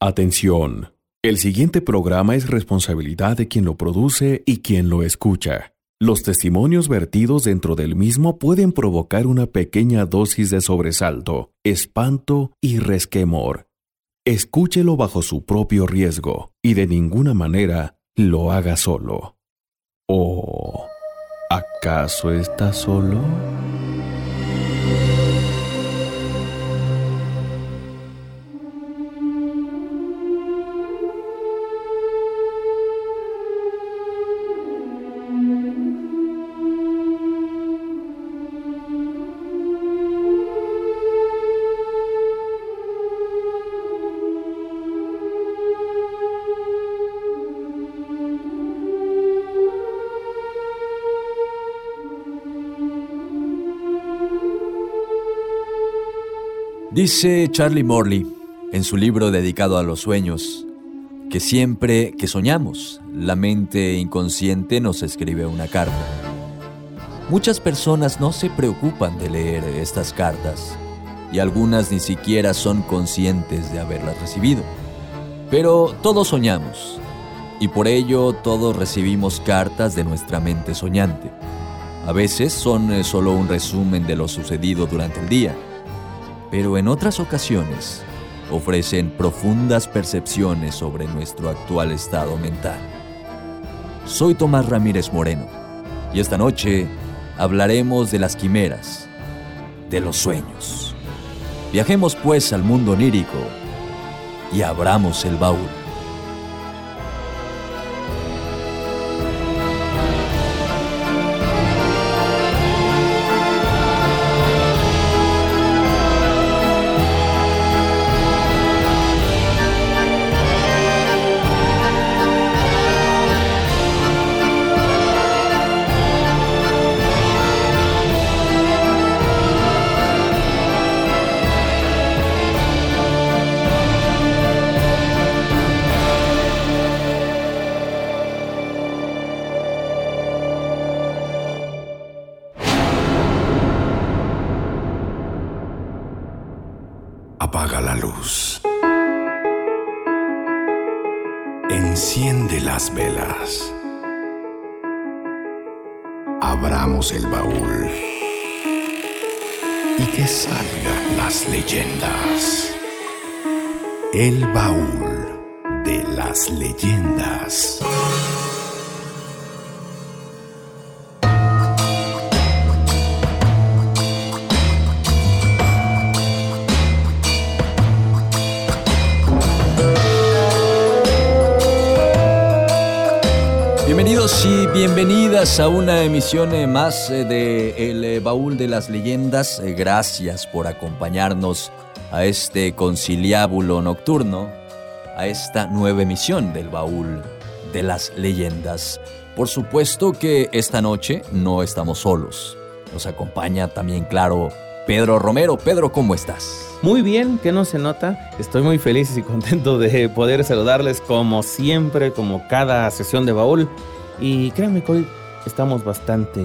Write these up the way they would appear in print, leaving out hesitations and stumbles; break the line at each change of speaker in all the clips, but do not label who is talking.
Atención. El siguiente programa es responsabilidad de quien lo produce y quien lo escucha. Los testimonios vertidos dentro del mismo pueden provocar una pequeña dosis de sobresalto, espanto y resquemor. Escúchelo bajo su propio riesgo y de ninguna manera lo haga solo. ¿O acaso está solo?
Dice Charlie Morley, en su libro dedicado a los sueños, que siempre que soñamos, la mente inconsciente nos escribe una carta. Muchas personas no se preocupan de leer estas cartas, y algunas ni siquiera son conscientes de haberlas recibido. Pero todos soñamos, y por ello todos recibimos cartas de nuestra mente soñante. A veces son solo un resumen de lo sucedido durante el día, pero en otras ocasiones ofrecen profundas percepciones sobre nuestro actual estado mental. Soy Tomás Ramírez Moreno, y esta noche hablaremos de las quimeras, de los sueños. Viajemos pues al mundo onírico y abramos el baúl.
Apaga la luz. Enciende las velas. Abramos el baúl. Y que salgan las leyendas. El baúl de las leyendas.
Bienvenidos y bienvenidas a una emisión más de El Baúl de las Leyendas. Gracias por acompañarnos a este conciliábulo nocturno, a esta nueva emisión del Baúl de las Leyendas. Por supuesto que esta noche no estamos solos. Nos acompaña también, claro, Pedro Romero. Pedro, ¿cómo estás?
Muy bien, que no se nota. Estoy muy feliz y contento de poder saludarles como siempre, como cada sesión de baúl. Y créanme que hoy estamos bastante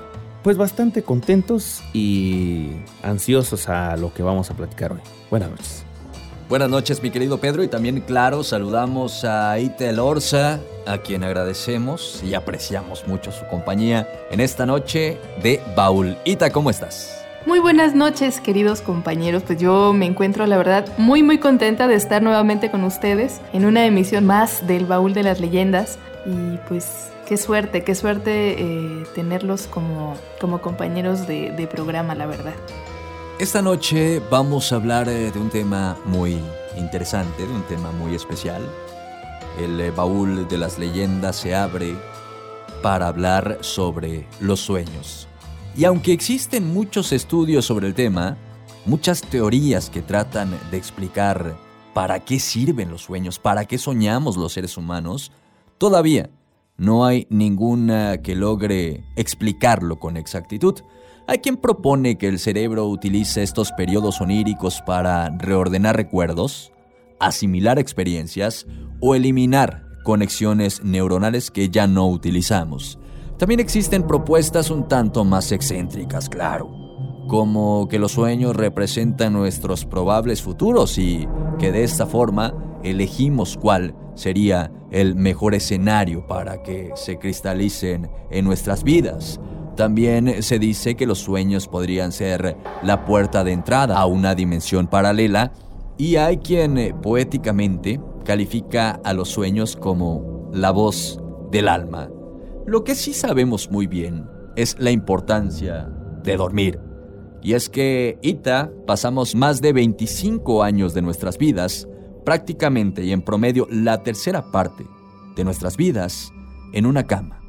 contentos y ansiosos a lo que vamos a platicar hoy. Buenas noches.
Buenas noches, mi querido Pedro, y también, claro, saludamos a Ita Elorza, a quien agradecemos y apreciamos mucho su compañía en esta noche de Baúl. Ita, ¿cómo estás?
Muy buenas noches, queridos compañeros. Pues yo me encuentro, la verdad, muy contenta de estar nuevamente con ustedes en una emisión más del Baúl de las Leyendas. Y pues qué suerte tenerlos como compañeros de programa, la verdad.
Esta noche vamos a hablar de un tema muy interesante, de un tema muy especial. El Baúl de las Leyendas se abre para hablar sobre los sueños. Y aunque existen muchos estudios sobre el tema, muchas teorías que tratan de explicar para qué sirven los sueños, para qué soñamos los seres humanos, todavía no hay ninguna que logre explicarlo con exactitud. Hay quien propone que el cerebro utiliza estos periodos oníricos para reordenar recuerdos, asimilar experiencias o eliminar conexiones neuronales que ya no utilizamos. También existen propuestas un tanto más excéntricas, claro, como que los sueños representan nuestros probables futuros y que de esta forma elegimos cuál sería el mejor escenario para que se cristalicen en nuestras vidas. También se dice que los sueños podrían ser la puerta de entrada a una dimensión paralela, y hay quien poéticamente califica a los sueños como la voz del alma. Lo que sí sabemos muy bien es la importancia de dormir. Y es que, Ita, pasamos más de 25 años de nuestras vidas, prácticamente y en promedio la tercera parte de nuestras vidas, en una cama,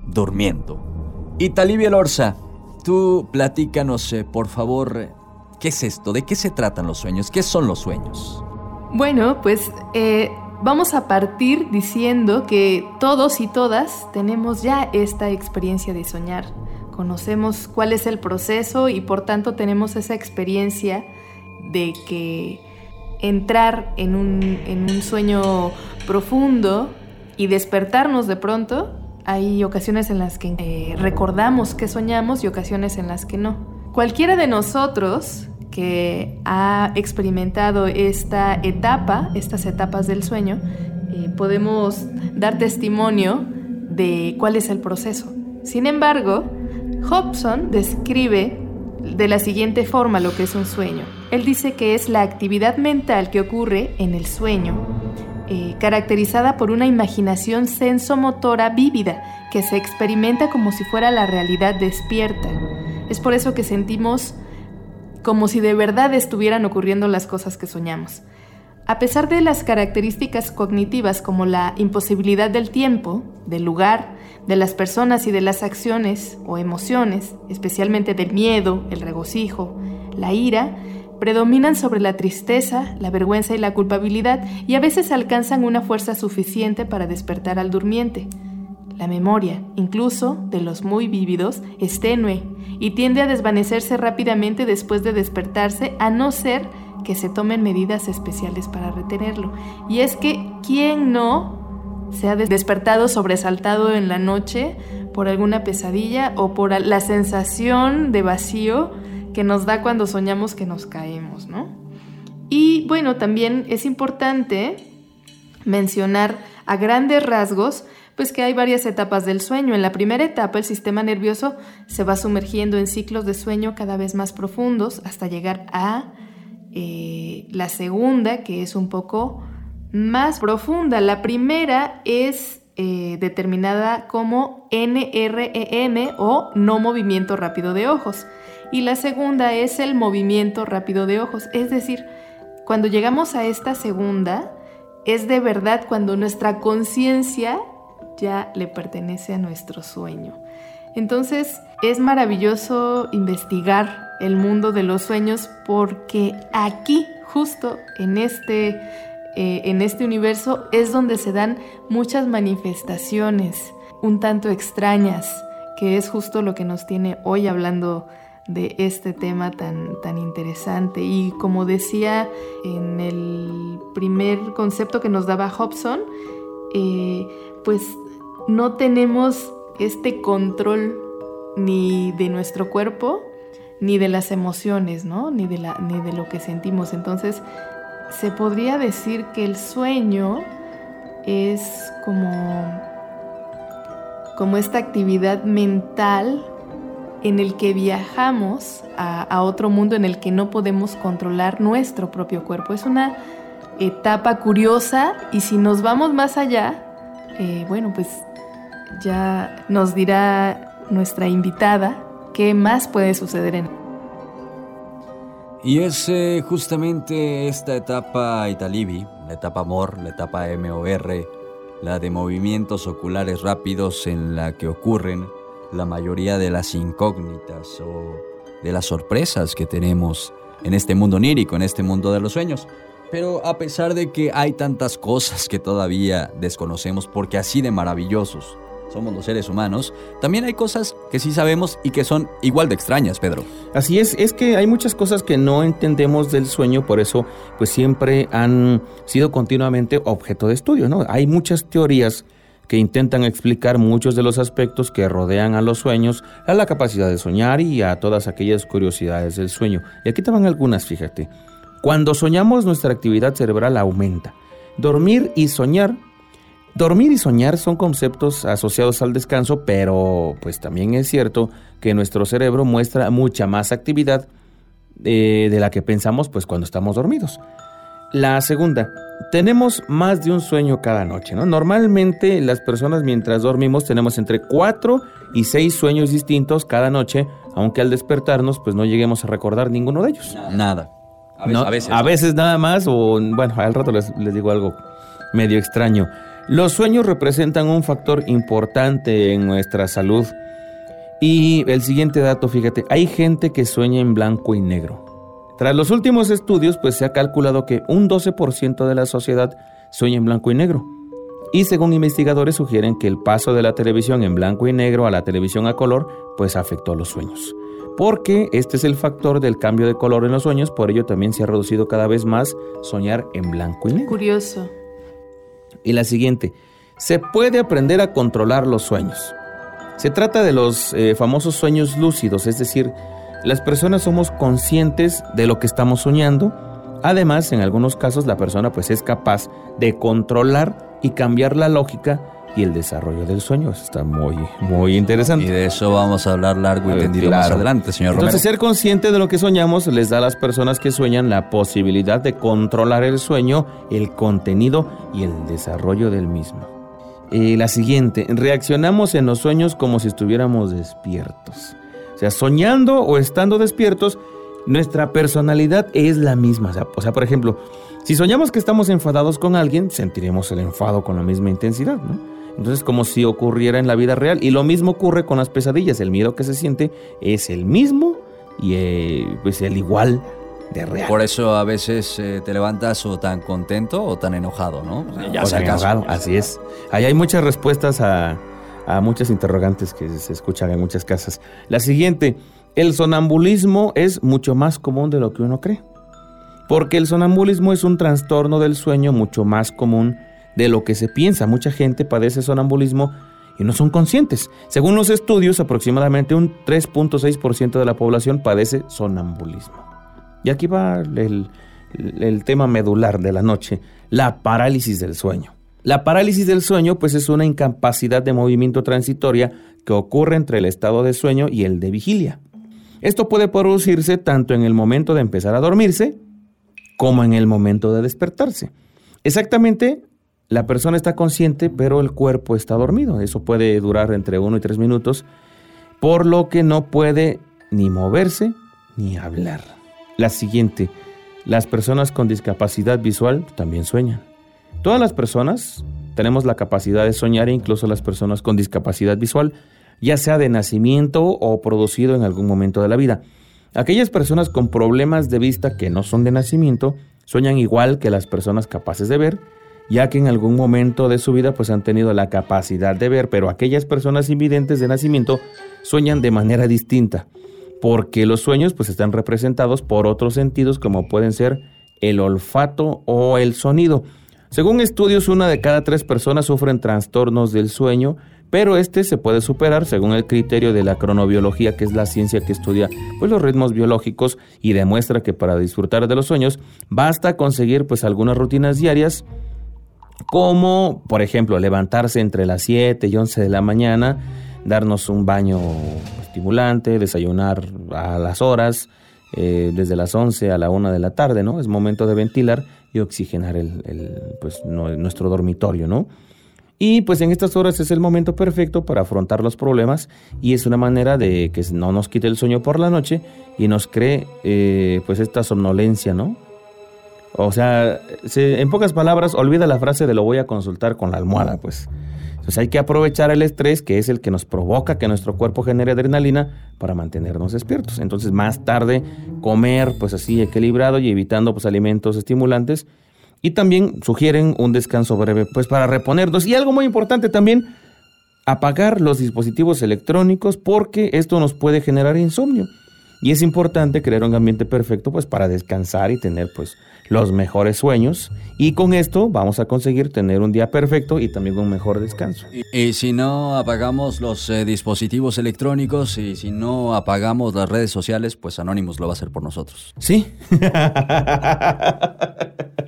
durmiendo. Italibia Elorza, tú platícanos, por favor, ¿qué es esto? ¿De qué se tratan los sueños? ¿Qué son los sueños?
Bueno, pues vamos a partir diciendo que todos y todas tenemos ya esta experiencia de soñar. Conocemos cuál es el proceso y por tanto tenemos esa experiencia de que entrar en un sueño profundo y despertarnos de pronto, hay ocasiones en las que recordamos que soñamos y ocasiones en las que no. Cualquiera de nosotros que ha experimentado estas etapas del sueño, podemos dar testimonio de cuál es el proceso. Sin embargo, Hobson describe de la siguiente forma lo que es un sueño. Él dice que es la actividad mental que ocurre en el sueño, caracterizada por una imaginación sensomotora vívida que se experimenta como si fuera la realidad despierta. Es por eso que sentimos como si de verdad estuvieran ocurriendo las cosas que soñamos. A pesar de las características cognitivas como la imposibilidad del tiempo, del lugar, de las personas y de las acciones o emociones, especialmente del miedo, el regocijo, la ira, predominan sobre la tristeza, la vergüenza y la culpabilidad y a veces alcanzan una fuerza suficiente para despertar al durmiente. La memoria, incluso de los muy vívidos, es tenue y tiende a desvanecerse rápidamente después de despertarse, a no ser que se tomen medidas especiales para retenerlo. Y es que, ¿quién no se ha despertado sobresaltado en la noche por alguna pesadilla o por la sensación de vacío que nos da cuando soñamos que nos caemos, ¿no? Y bueno, también es importante mencionar a grandes rasgos pues que hay varias etapas del sueño. En la primera etapa, el sistema nervioso se va sumergiendo en ciclos de sueño cada vez más profundos hasta llegar a la segunda, que es un poco más profunda. La primera es determinada como NREM o no movimiento rápido de ojos. Y la segunda es el movimiento rápido de ojos. Es decir, cuando llegamos a esta segunda, es de verdad cuando nuestra conciencia ya le pertenece a nuestro sueño. Entonces es maravilloso investigar el mundo de los sueños porque aquí, justo en este universo, es donde se dan muchas manifestaciones un tanto extrañas, que es justo lo que nos tiene hoy hablando de este tema tan interesante. Y como decía en el primer concepto que nos daba Hobson, pues no tenemos este control ni de nuestro cuerpo, ni de las emociones, ¿no? Ni de lo que sentimos. Entonces, se podría decir que el sueño es como esta actividad mental en el que viajamos a otro mundo en el que no podemos controlar nuestro propio cuerpo. Es una etapa curiosa y si nos vamos más allá, bueno, pues ya nos dirá nuestra invitada qué más puede suceder en.
Y es justamente esta etapa Italibi, la etapa amor, la etapa MOR, la de movimientos oculares rápidos en la que ocurren la mayoría de las incógnitas o de las sorpresas que tenemos en este mundo onírico, en este mundo de los sueños. Pero a pesar de que hay tantas cosas que todavía desconocemos, porque así de maravillosos somos los seres humanos, también hay cosas que sí sabemos y que son igual de extrañas, Pedro.
Así es que hay muchas cosas que no entendemos del sueño, por eso pues siempre han sido continuamente objeto de estudio, ¿no? Hay muchas teorías que intentan explicar muchos de los aspectos que rodean a los sueños, a la capacidad de soñar y a todas aquellas curiosidades del sueño. Y aquí te van algunas, fíjate. Cuando soñamos, nuestra actividad cerebral aumenta. Dormir y soñar son conceptos asociados al descanso, pero pues también es cierto que nuestro cerebro muestra mucha más actividad de la que pensamos pues cuando estamos dormidos. La segunda, tenemos más de un sueño cada noche, ¿no? Normalmente las personas mientras dormimos tenemos entre 4 y 6 sueños distintos cada noche, aunque al despertarnos pues no lleguemos a recordar ninguno de ellos.
Nada.
A veces nada más, o bueno, al rato les digo algo medio extraño. Los sueños representan un factor importante en nuestra salud. Y el siguiente dato, fíjate, hay gente que sueña en blanco y negro. Tras los últimos estudios, pues se ha calculado que un 12% de la sociedad sueña en blanco y negro. Y según investigadores sugieren que el paso de la televisión en blanco y negro a la televisión a color, pues afectó a los sueños. Porque este es el factor del cambio de color en los sueños, por ello también se ha reducido cada vez más soñar en blanco y negro.
Curioso.
Y la siguiente, se puede aprender a controlar los sueños. Se trata de los famosos sueños lúcidos, es decir, las personas somos conscientes de lo que estamos soñando. Además, en algunos casos la persona pues es capaz de controlar y cambiar la lógica y el desarrollo del sueño. Eso está muy, muy interesante.
Y de eso vamos a hablar largo y tendido más adelante, señor Romero.
Entonces, ser consciente de lo que soñamos les da a las personas que sueñan la posibilidad de controlar el sueño, el contenido y el desarrollo del mismo. La siguiente, reaccionamos en los sueños como si estuviéramos despiertos. O sea, soñando o estando despiertos, nuestra personalidad es la misma. O sea, por ejemplo, si soñamos que estamos enfadados con alguien, sentiremos el enfado con la misma intensidad, ¿no? Entonces, como si ocurriera en la vida real. Y lo mismo ocurre con las pesadillas. El miedo que se siente es el mismo y pues el igual de real.
Por eso a veces te levantas o tan contento o tan enojado, ¿no?
Ya sea enojado, así es. Ahí hay muchas respuestas a muchas interrogantes que se escuchan en muchas casas. La siguiente, el sonambulismo es mucho más común de lo que uno cree. Porque el sonambulismo es un trastorno del sueño mucho más común de lo que se piensa. Mucha gente padece sonambulismo y no son conscientes. Según los estudios, aproximadamente un 3.6% de la población padece sonambulismo. Y aquí va el tema medular de la noche, la parálisis del sueño. La parálisis del sueño pues es una incapacidad de movimiento transitoria que ocurre entre el estado de sueño y el de vigilia. Esto puede producirse tanto en el momento de empezar a dormirse como en el momento de despertarse. Exactamente, la persona está consciente, pero el cuerpo está dormido. Eso puede durar entre 1 y 3 minutos, por lo que no puede ni moverse ni hablar. La siguiente, las personas con discapacidad visual también sueñan. Todas las personas tenemos la capacidad de soñar, incluso las personas con discapacidad visual, ya sea de nacimiento o producido en algún momento de la vida. Aquellas personas con problemas de vista que no son de nacimiento sueñan igual que las personas capaces de ver, ya que en algún momento de su vida pues han tenido la capacidad de ver, pero aquellas personas invidentes de nacimiento sueñan de manera distinta, porque los sueños pues están representados por otros sentidos como pueden ser el olfato o el sonido. Según estudios, 1 de cada 3 personas sufren trastornos del sueño, pero este se puede superar según el criterio de la cronobiología, que es la ciencia que estudia pues los ritmos biológicos y demuestra que para disfrutar de los sueños basta conseguir pues algunas rutinas diarias, como por ejemplo levantarse entre las 7 y 11 de la mañana, darnos un baño estimulante, desayunar a las horas, desde las 11 a la 1 de la tarde, ¿no? Es momento de ventilar y oxigenar nuestro dormitorio, ¿no? Y pues en estas horas es el momento perfecto para afrontar los problemas y es una manera de que no nos quite el sueño por la noche y nos cree pues esta somnolencia, ¿no? O sea, en pocas palabras, olvida la frase de lo voy a consultar con la almohada, pues. Entonces hay que aprovechar el estrés, que es el que nos provoca que nuestro cuerpo genere adrenalina para mantenernos despiertos. Entonces más tarde comer pues así equilibrado y evitando pues alimentos estimulantes. Y también sugieren un descanso breve pues para reponernos. Y algo muy importante también, apagar los dispositivos electrónicos porque esto nos puede generar insomnio. Y es importante crear un ambiente perfecto pues para descansar y tener pues los mejores sueños. Y con esto vamos a conseguir tener un día perfecto y también un mejor descanso.
Y si no apagamos los dispositivos electrónicos y si no apagamos las redes sociales, pues Anonymous lo va a hacer por nosotros.
Sí.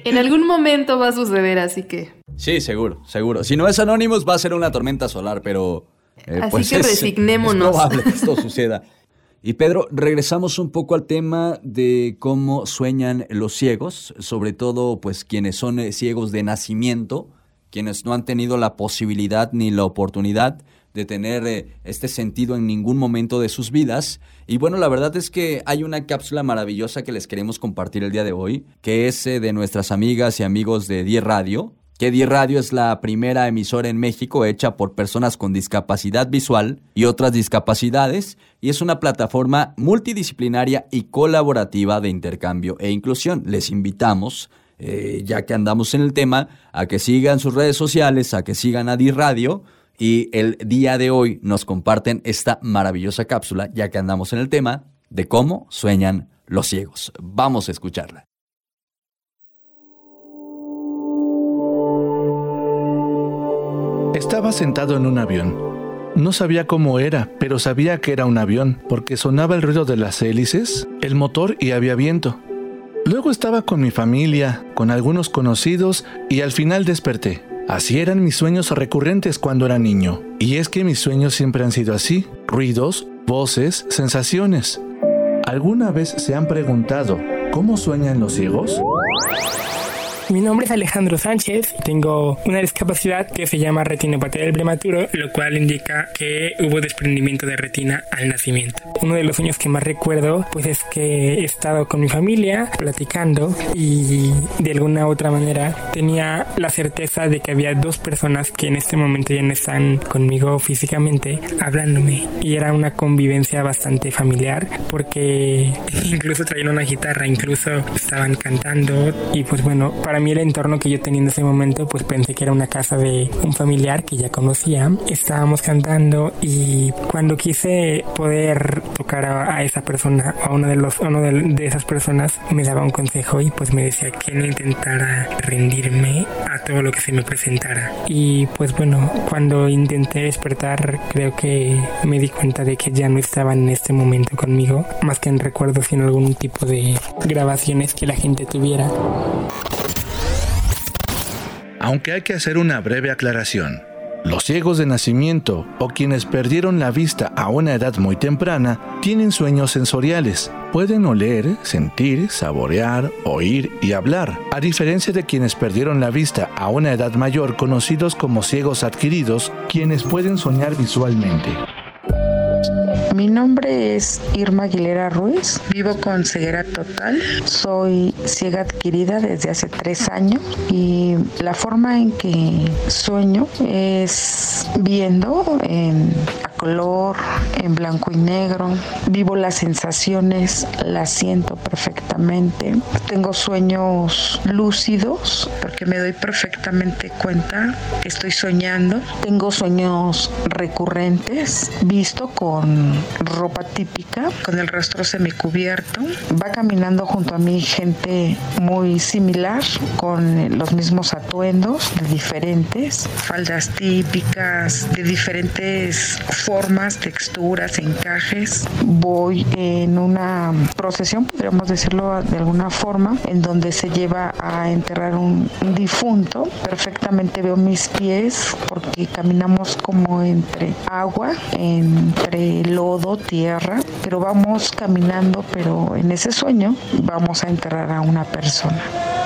En algún momento va a suceder, así que...
Sí, seguro. Si no es Anonymous, va a ser una tormenta solar, pero...
así
pues
que resignémonos.
Es probable que esto suceda. Y Pedro, regresamos un poco al tema de cómo sueñan los ciegos, sobre todo pues quienes son ciegos de nacimiento, quienes no han tenido la posibilidad ni la oportunidad de tener este sentido en ningún momento de sus vidas. Y bueno, la verdad es que hay una cápsula maravillosa que les queremos compartir el día de hoy, que es de nuestras amigas y amigos de 10 Radio, que 10 Radio es la primera emisora en México hecha por personas con discapacidad visual y otras discapacidades, y es una plataforma multidisciplinaria y colaborativa de intercambio e inclusión. Les invitamos, ya que andamos en el tema, a que sigan sus redes sociales, a que sigan a 10 Radio, y el día de hoy nos comparten esta maravillosa cápsula, ya que andamos en el tema de cómo sueñan los ciegos. Vamos a escucharla.
Estaba sentado en un avión. No sabía cómo era, pero sabía que era un avión, porque sonaba el ruido de las hélices, el motor y había viento. Luego estaba con mi familia, con algunos conocidos y al final desperté. Así eran mis sueños recurrentes cuando era niño. Y es que mis sueños siempre han sido así: ruidos, voces, sensaciones. ¿Alguna vez se han preguntado cómo sueñan los ciegos?
Mi nombre es Alejandro Sánchez, tengo una discapacidad que se llama retinopatía del prematuro, lo cual indica que hubo desprendimiento de retina al nacimiento. Uno de los sueños que más recuerdo pues es que he estado con mi familia platicando y de alguna u otra manera tenía la certeza de que había dos personas que en este momento ya no están conmigo físicamente hablándome, y era una convivencia bastante familiar porque incluso traían una guitarra, incluso estaban cantando y pues bueno, para mí el entorno que yo tenía en ese momento pues pensé que era una casa de un familiar que ya conocía. Estábamos cantando y cuando quise poder tocar a esa persona, a uno de esas personas, me daba un consejo y pues me decía que no intentara rendirme a todo lo que se me presentara. Y pues bueno, cuando intenté despertar creo que me di cuenta de que ya no estaban en este momento conmigo, más que en recuerdos sino algún tipo de grabaciones que la gente tuviera.
Aunque hay que hacer una breve aclaración. Los ciegos de nacimiento o quienes perdieron la vista a una edad muy temprana tienen sueños sensoriales. Pueden oler, sentir, saborear, oír y hablar, a diferencia de quienes perdieron la vista a una edad mayor, conocidos como ciegos adquiridos, quienes pueden soñar visualmente.
Mi nombre es Irma Aguilera Ruiz, vivo con ceguera total, soy ciega adquirida desde hace 3 años y la forma en que sueño es viendo a color, en blanco y negro, vivo las sensaciones, las siento perfectamente, tengo sueños lúcidos porque me doy perfectamente cuenta que estoy soñando, tengo sueños recurrentes, visto con ropa típica, con el rostro semicubierto. Va caminando junto a mí gente muy similar, con los mismos atuendos, de diferentes, faldas típicas, de diferentes formas, texturas, encajes. Voy en una procesión, podríamos decirlo de alguna forma, en donde se lleva a enterrar un difunto. Perfectamente veo mis pies porque caminamos como entre agua, entre lodo, tierra, pero vamos caminando, pero en ese sueño vamos a enterrar a una persona.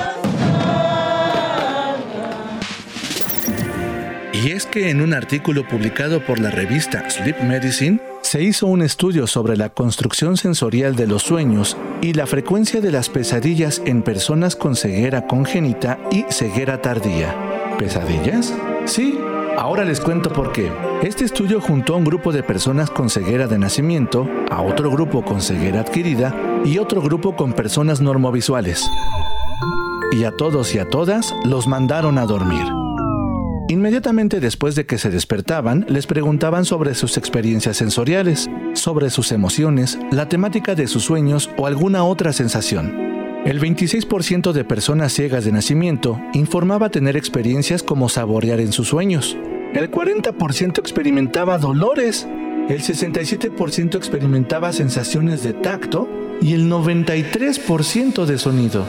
Y es que en un artículo publicado por la revista Sleep Medicine, se hizo un estudio sobre la construcción sensorial de los sueños y la frecuencia de las pesadillas en personas con ceguera congénita y ceguera tardía. ¿Pesadillas? Sí. Ahora les cuento por qué. Este estudio juntó a un grupo de personas con ceguera de nacimiento, a otro grupo con ceguera adquirida y otro grupo con personas normovisuales. Y a todos y a todas los mandaron a dormir. Inmediatamente después de que se despertaban, les preguntaban sobre sus experiencias sensoriales, sobre sus emociones, la temática de sus sueños o alguna otra sensación. El 26% de personas ciegas de nacimiento informaba tener experiencias como saborear en sus sueños. El 40% experimentaba dolores, el 67% experimentaba sensaciones de tacto y el 93% de sonido.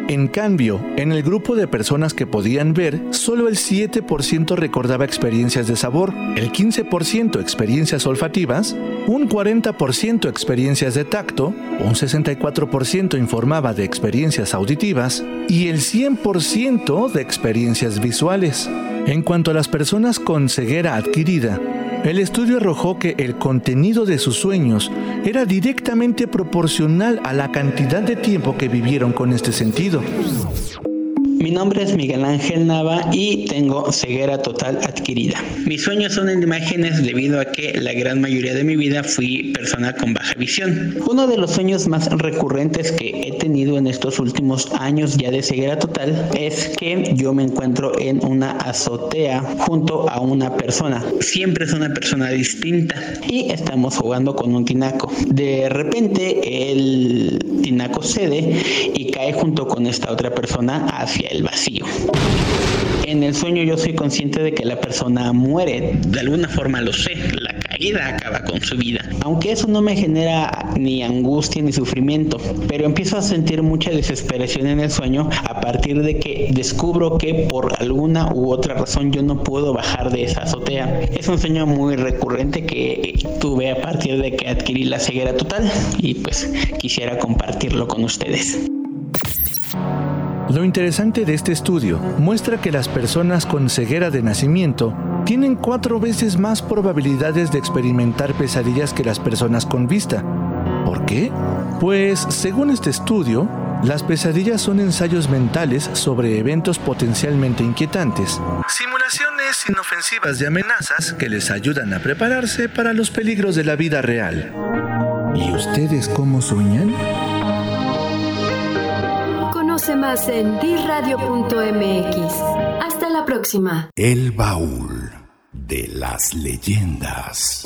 En cambio, en el grupo de personas que podían ver, solo el 7% recordaba experiencias de sabor, el 15% experiencias olfativas, un 40% experiencias de tacto, un 64% informaba de experiencias auditivas y el 100% de experiencias visuales. En cuanto a las personas con ceguera adquirida, el estudio arrojó que el contenido de sus sueños era directamente proporcional a la cantidad de tiempo que vivieron con este sentido.
Mi nombre es Miguel Ángel Nava y tengo ceguera total adquirida. Mis sueños son en imágenes debido a que la gran mayoría de mi vida fui persona con baja visión. Uno de los sueños más recurrentes que he tenido en estos últimos años ya de ceguera total es que yo me encuentro en una azotea junto a una persona. Siempre es una persona distinta y estamos jugando con un tinaco. De repente el tinaco cede y cae junto con esta otra persona hacia el vacío. En el sueño yo soy consciente de que la persona muere, de alguna forma lo sé, la caída acaba con su vida. Aunque eso no me genera ni angustia ni sufrimiento, pero empiezo a sentir mucha desesperación en el sueño a partir de que descubro que por alguna u otra razón yo no puedo bajar de esa azotea. Es un sueño muy recurrente que tuve a partir de que adquirí la ceguera total y pues quisiera compartirlo con ustedes.
Lo interesante de este estudio muestra que las personas con ceguera de nacimiento tienen 4 veces más probabilidades de experimentar pesadillas que las personas con vista. ¿Por qué? Pues, según este estudio, las pesadillas son ensayos mentales sobre eventos potencialmente inquietantes, simulaciones inofensivas de amenazas que les ayudan a prepararse para los peligros de la vida real. ¿Y ustedes cómo sueñan?
Conoce más en dirradio.mx. Hasta la próxima.
El baúl de las leyendas.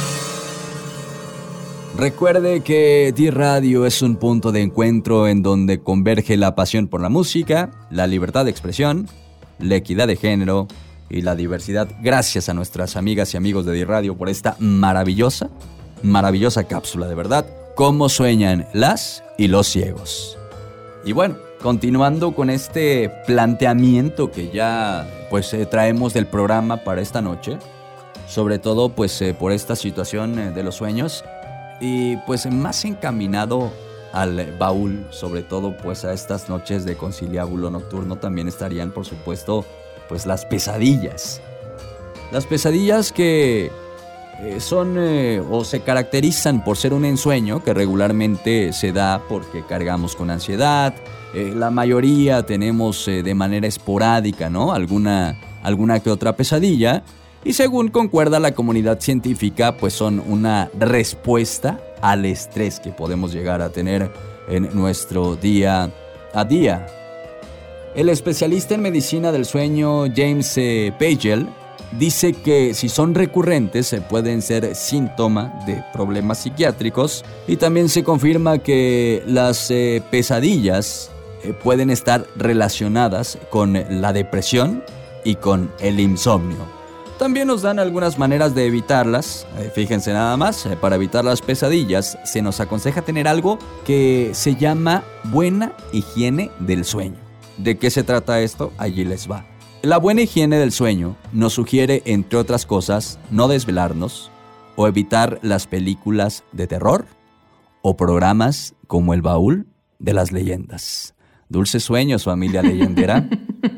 Recuerde que D-Radio es un punto de encuentro en donde converge la pasión por la música, la libertad de expresión, la equidad de género y la diversidad. Gracias a nuestras amigas y amigos de D-Radio por esta maravillosa cápsula, de verdad. ¿Cómo sueñan las y los ciegos? Y bueno, continuando con este planteamiento que ya traemos del programa para esta noche, sobre todo por esta situación de los sueños y más encaminado al baúl, sobre todo a estas noches de conciliábulo nocturno también estarían por supuesto las pesadillas. Las pesadillas que son o se caracterizan por ser un ensueño que regularmente se da porque cargamos con ansiedad. La mayoría tenemos de manera esporádica, ¿no? Alguna que otra pesadilla. Y según concuerda la comunidad científica, son una respuesta al estrés que podemos llegar a tener en nuestro día a día. El especialista en medicina del sueño James Pagel dice que si son recurrentes pueden ser síntoma de problemas psiquiátricos y también se confirma que las pesadillas pueden estar relacionadas con la depresión y con el insomnio. También nos dan algunas maneras de evitarlas. Fíjense nada más, para evitar las pesadillas se nos aconseja tener algo que se llama buena higiene del sueño. ¿De qué se trata esto? Allí les va. La buena higiene del sueño nos sugiere, entre otras cosas, no desvelarnos o evitar las películas de terror o programas como El Baúl de las Leyendas. Dulces sueños, familia leyendera.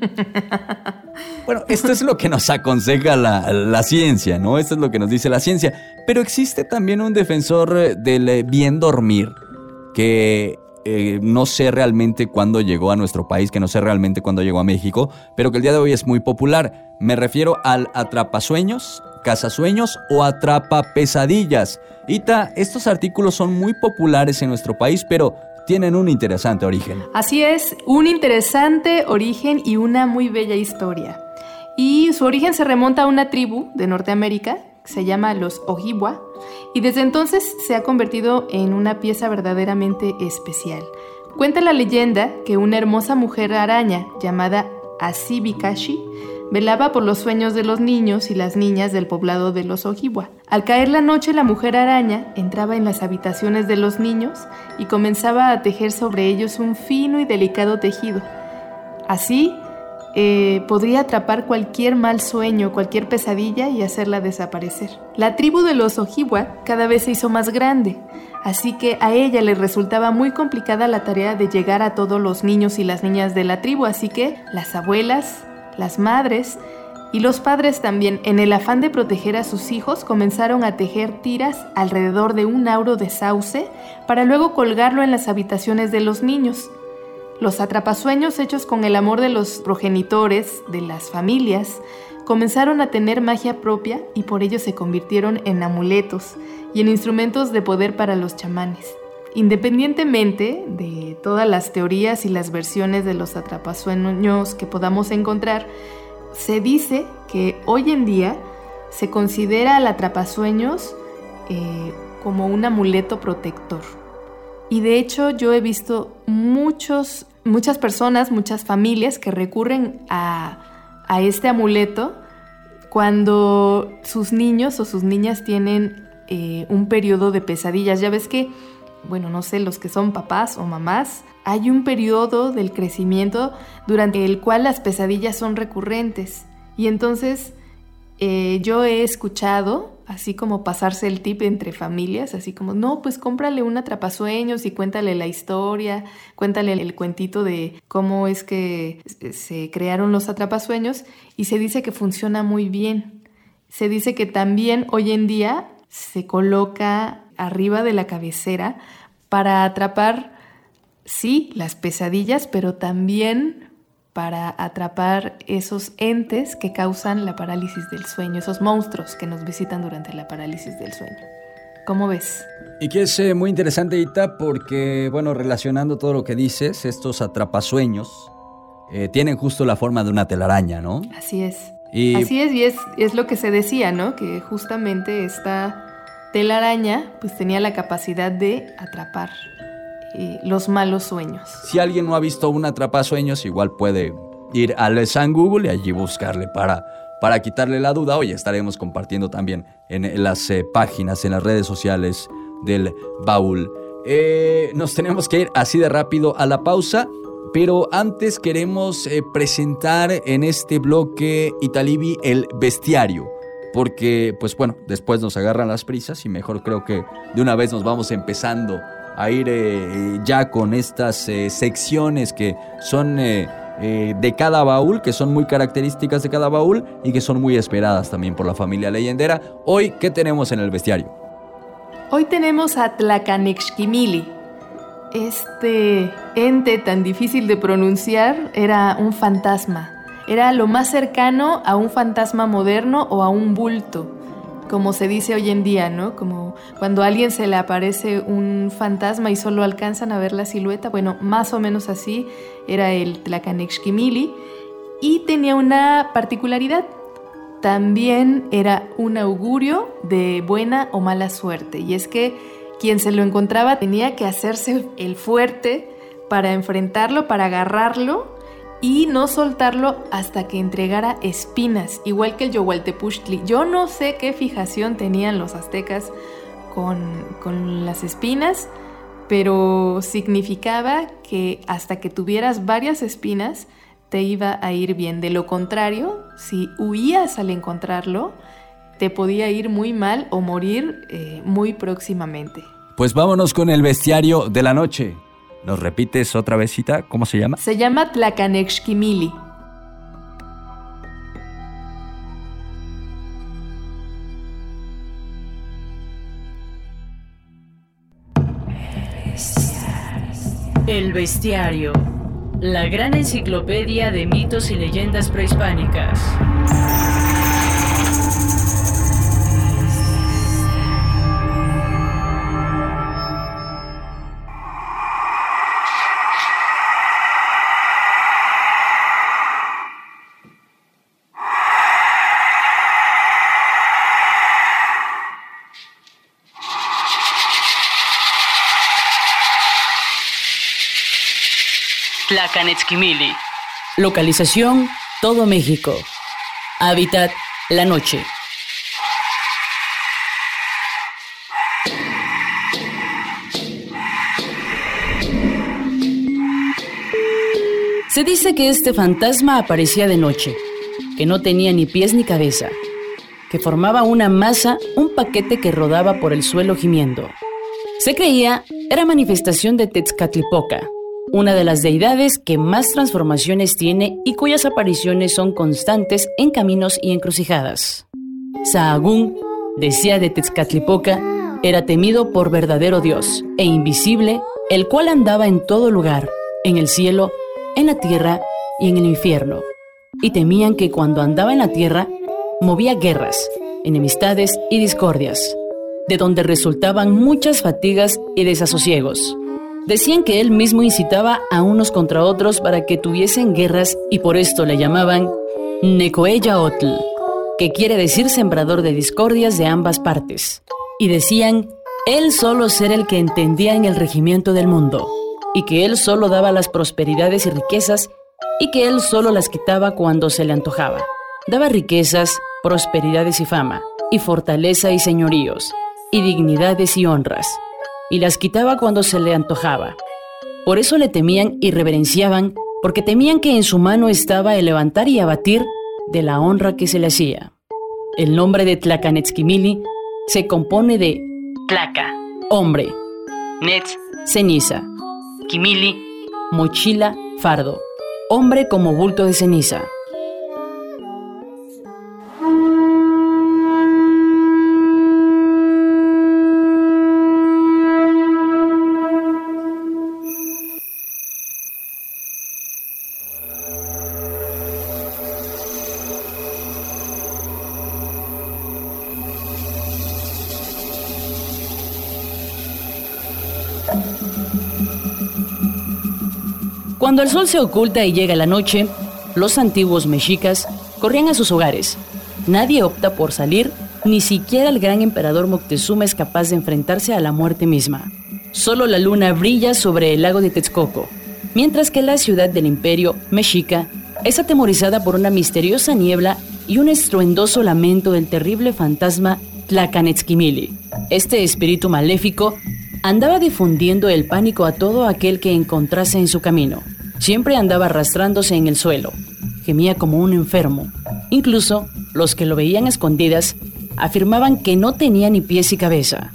Bueno, esto es lo que nos aconseja la ciencia, ¿no? Esto es lo que nos dice la ciencia. Pero existe también un defensor del bien dormir que no sé realmente cuándo llegó a nuestro país, que no sé realmente cuándo llegó a México, pero que el día de hoy es muy popular. Me refiero al atrapasueños, cazasueños o atrapapesadillas. Ita, estos artículos son muy populares en nuestro país, pero tienen un interesante origen.
Así es, un interesante origen y una muy bella historia. Y su origen se remonta a una tribu de Norteamérica, que se llama los Ojibwa, y desde entonces se ha convertido en una pieza verdaderamente especial. Cuenta la leyenda que una hermosa mujer araña llamada Asibikashi Velaba por los sueños de los niños y las niñas del poblado de los Ojibwa. Al caer la noche, la mujer araña entraba en las habitaciones de los niños y comenzaba a tejer sobre ellos un fino y delicado tejido. Así, podría atrapar cualquier mal sueño, cualquier pesadilla y hacerla desaparecer. La tribu de los Ojibwa cada vez se hizo más grande, así que a ella le resultaba muy complicada la tarea de llegar a todos los niños y las niñas de la tribu, así que las abuelas, las madres y los padres también, en el afán de proteger a sus hijos, comenzaron a tejer tiras alrededor de un auro de sauce para luego colgarlo en las habitaciones de los niños. Los atrapasueños hechos con el amor de los progenitores, de las familias, comenzaron a tener magia propia y por ello se convirtieron en amuletos y en instrumentos de poder para los chamanes. Independientemente de todas las teorías y las versiones de los atrapasueños que podamos encontrar, se dice que hoy en día se considera al atrapasueños como un amuleto protector. Y de hecho yo he visto muchas personas, muchas familias que recurren a este amuleto cuando sus niños o sus niñas tienen un periodo de pesadillas. Ya ves que, bueno, no sé, los que son papás o mamás, hay un periodo del crecimiento durante el cual las pesadillas son recurrentes. Y entonces yo he escuchado, así como pasarse el tip entre familias, así como, no, pues cómprale un atrapasueños y cuéntale la historia, cuéntale el cuentito de cómo es que se crearon los atrapasueños, y se dice que funciona muy bien. Se dice que también hoy en día se coloca arriba de la cabecera para atrapar, sí, las pesadillas, pero también para atrapar esos entes que causan la parálisis del sueño, esos monstruos que nos visitan durante la parálisis del sueño. ¿Cómo ves?
Y que es muy interesante, Ita, porque, bueno, relacionando todo lo que dices, estos atrapasueños tienen justo la forma de una telaraña, ¿no?
Así es. Así es, y es lo que se decía, ¿no? Que justamente esta telaraña pues tenía la capacidad de atrapar los malos sueños.
Si alguien no ha visto un atrapasueños, igual puede ir al San Google y allí buscarle para quitarle la duda. Hoy estaremos compartiendo también en las páginas, en las redes sociales del Baúl. Nos tenemos que ir así de rápido a la pausa, pero antes queremos presentar en este bloque, Italibi, el bestiario. Porque, pues bueno, después nos agarran las prisas y mejor creo que de una vez nos vamos empezando a ir ya con estas secciones que son de cada baúl, que son muy características de cada baúl y que son muy esperadas también por la familia leyendera. Hoy, ¿qué tenemos en el bestiario?
Hoy tenemos a Tlacanexquimili. Este ente tan difícil de pronunciar era un fantasma. Era lo más cercano a un fantasma moderno o a un bulto, como se dice hoy en día, ¿no? Como cuando a alguien se le aparece un fantasma y solo alcanzan a ver la silueta. Bueno, más o menos así era el Tlacanexquimili, y tenía una particularidad. También era un augurio de buena o mala suerte, y es que quien se lo encontraba tenía que hacerse el fuerte para enfrentarlo, para agarrarlo y no soltarlo hasta que entregara espinas, igual que el Yohualtepuchtli. Yo no sé qué fijación tenían los aztecas con las espinas, pero significaba que hasta que tuvieras varias espinas te iba a ir bien. De lo contrario, si huías al encontrarlo, te podía ir muy mal o morir muy próximamente.
Pues vámonos con el bestiario de la noche. ¿Nos repites otra vez, Cita? ¿Cómo se llama?
Se llama Tlacanexquimili.
El bestiario, la gran enciclopedia de mitos y leyendas prehispánicas. Tlacanexquimili. Localización: todo México. Hábitat, la noche. Se dice que este fantasma aparecía de noche, que no tenía ni pies ni cabeza, que formaba una masa, un paquete que rodaba por el suelo gimiendo. Se creía era manifestación de Tezcatlipoca, una de las deidades que más transformaciones tiene y cuyas apariciones son constantes en caminos y encrucijadas. Sahagún, decía de Tezcatlipoca, era temido por verdadero Dios e invisible, el cual andaba en todo lugar, en el cielo, en la tierra y en el infierno, y temían que cuando andaba en la tierra movía guerras, enemistades y discordias, de donde resultaban muchas fatigas y desasosiegos. Decían que él mismo incitaba a unos contra otros para que tuviesen guerras y por esto le llamaban Necoellaotl, que quiere decir sembrador de discordias de ambas partes, y decían él solo ser el que entendía en el regimiento del mundo, y que él solo daba las prosperidades y riquezas, y que él solo las quitaba cuando se le antojaba. Daba riquezas, prosperidades y fama, y fortaleza y señoríos, y dignidades y honras, y las quitaba cuando se le antojaba. Por eso le temían y reverenciaban, porque temían que en su mano estaba el levantar y abatir de la honra que se le hacía. El nombre de Tlacanetzquimili se compone de Tlaca, hombre, Netz, ceniza, Quimili, mochila, fardo, hombre como bulto de ceniza. Cuando el sol se oculta y llega la noche, los antiguos mexicas corrían a sus hogares. Nadie opta por salir, ni siquiera el gran emperador Moctezuma es capaz de enfrentarse a la muerte misma. Solo la luna brilla sobre el lago de Texcoco, mientras que la ciudad del imperio mexica es atemorizada por una misteriosa niebla y un estruendoso lamento del terrible fantasma Tlacanetzquimili. Este espíritu maléfico andaba difundiendo el pánico a todo aquel que encontrase en su camino. Siempre andaba arrastrándose en el suelo. Gemía como un enfermo. Incluso los que lo veían a escondidas afirmaban que no tenía ni pies y cabeza.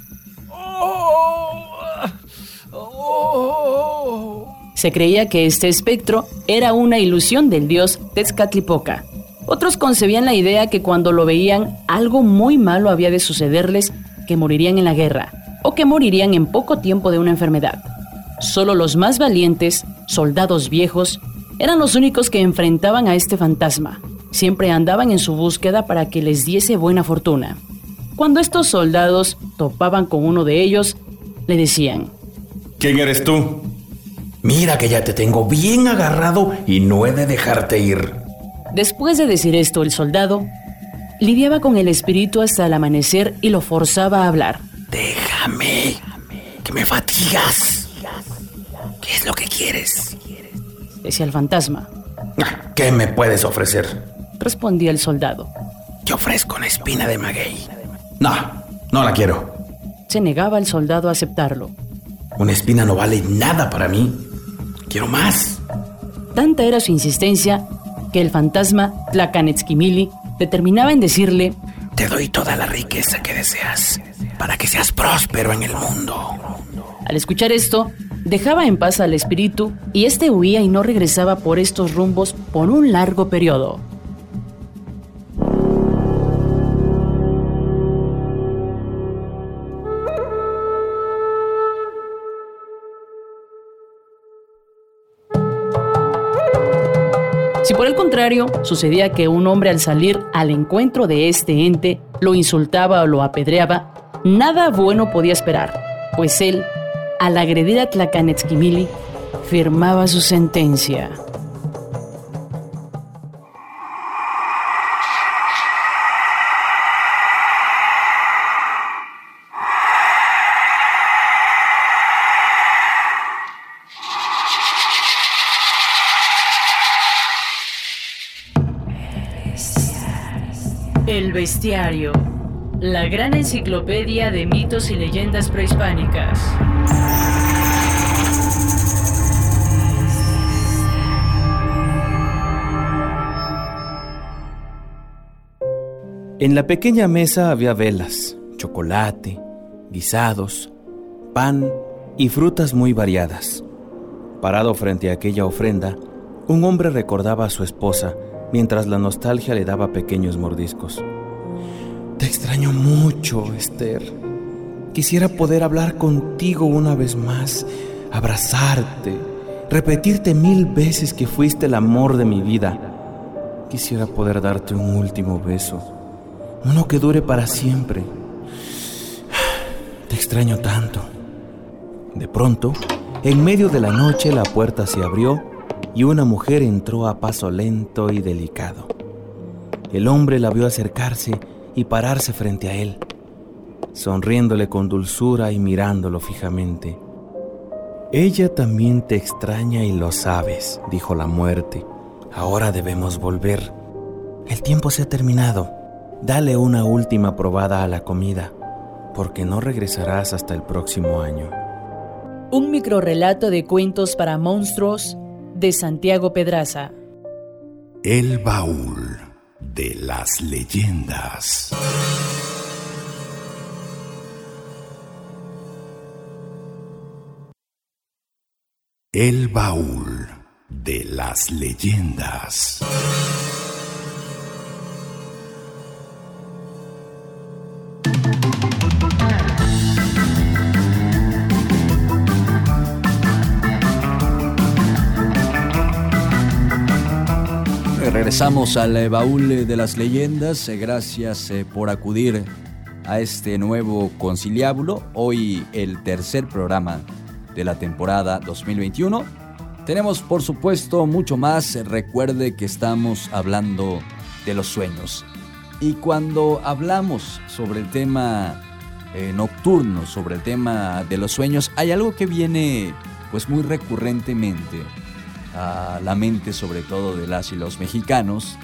Se creía que este espectro era una ilusión del dios Tezcatlipoca. Otros concebían la idea que cuando lo veían, algo muy malo había de sucederles, que morirían en la guerra, o que morirían en poco tiempo de una enfermedad. Solo los más valientes, soldados viejos, eran los únicos que enfrentaban a este fantasma. Siempre andaban en su búsqueda para que les diese buena fortuna. Cuando estos soldados topaban con uno de ellos, le decían:
¿Quién eres tú? Mira que ya te tengo bien agarrado y no he de dejarte ir.
Después de decir esto, el soldado lidiaba con el espíritu hasta el amanecer y lo forzaba a hablar.
Déjame, que me fatigas. ¿Qué es lo que quieres?,
decía el fantasma.
¿Qué me puedes ofrecer?,
respondía el soldado.
Te ofrezco una espina de maguey. No la quiero.
Se negaba el soldado a aceptarlo.
Una espina no vale nada para mí. Quiero más.
Tanta era su insistencia que el fantasma Tlacanetzquimili determinaba en decirle:
te doy toda la riqueza que deseas para que seas próspero en el mundo.
Al escuchar esto, dejaba en paz al espíritu y éste huía y no regresaba por estos rumbos por un largo periodo. Si por el contrario sucedía que un hombre al salir al encuentro de este ente lo insultaba o lo apedreaba, nada bueno podía esperar, pues él, al agredir a Tlacanetzquimili, firmaba su sentencia. El Bestiario, la gran enciclopedia de mitos y leyendas prehispánicas.
En la pequeña mesa había velas, chocolate, guisados, pan y frutas muy variadas. Parado frente a aquella ofrenda, un hombre recordaba a su esposa mientras la nostalgia le daba pequeños mordiscos. Te extraño mucho, Esther. Quisiera poder hablar contigo una vez más, abrazarte, repetirte 1000 veces que fuiste el amor de mi vida. Quisiera poder darte un último beso, uno que dure para siempre. Te extraño tanto. De pronto, en medio de la noche, la puerta se abrió y una mujer entró a paso lento y delicado. El hombre la vio acercarse y pararse frente a él, sonriéndole con dulzura y mirándolo fijamente. Ella también te extraña y lo sabes, dijo la muerte. Ahora debemos volver. El tiempo se ha terminado. Dale una última probada a la comida, porque no regresarás hasta el próximo año.
Un microrrelato de cuentos para monstruos de Santiago Pedraza.
El baúl de las leyendas. El baúl de las leyendas.
Regresamos al baúl de las leyendas. Gracias por acudir a este nuevo conciliábulo. Hoy el tercer programa de la temporada 2021. Tenemos, por supuesto, mucho más. Recuerde que estamos hablando de los sueños. Y cuando hablamos sobre el tema nocturno, sobre el tema de los sueños, hay algo que viene pues muy recurrentemente a la mente, sobre todo de las y los mexicanos,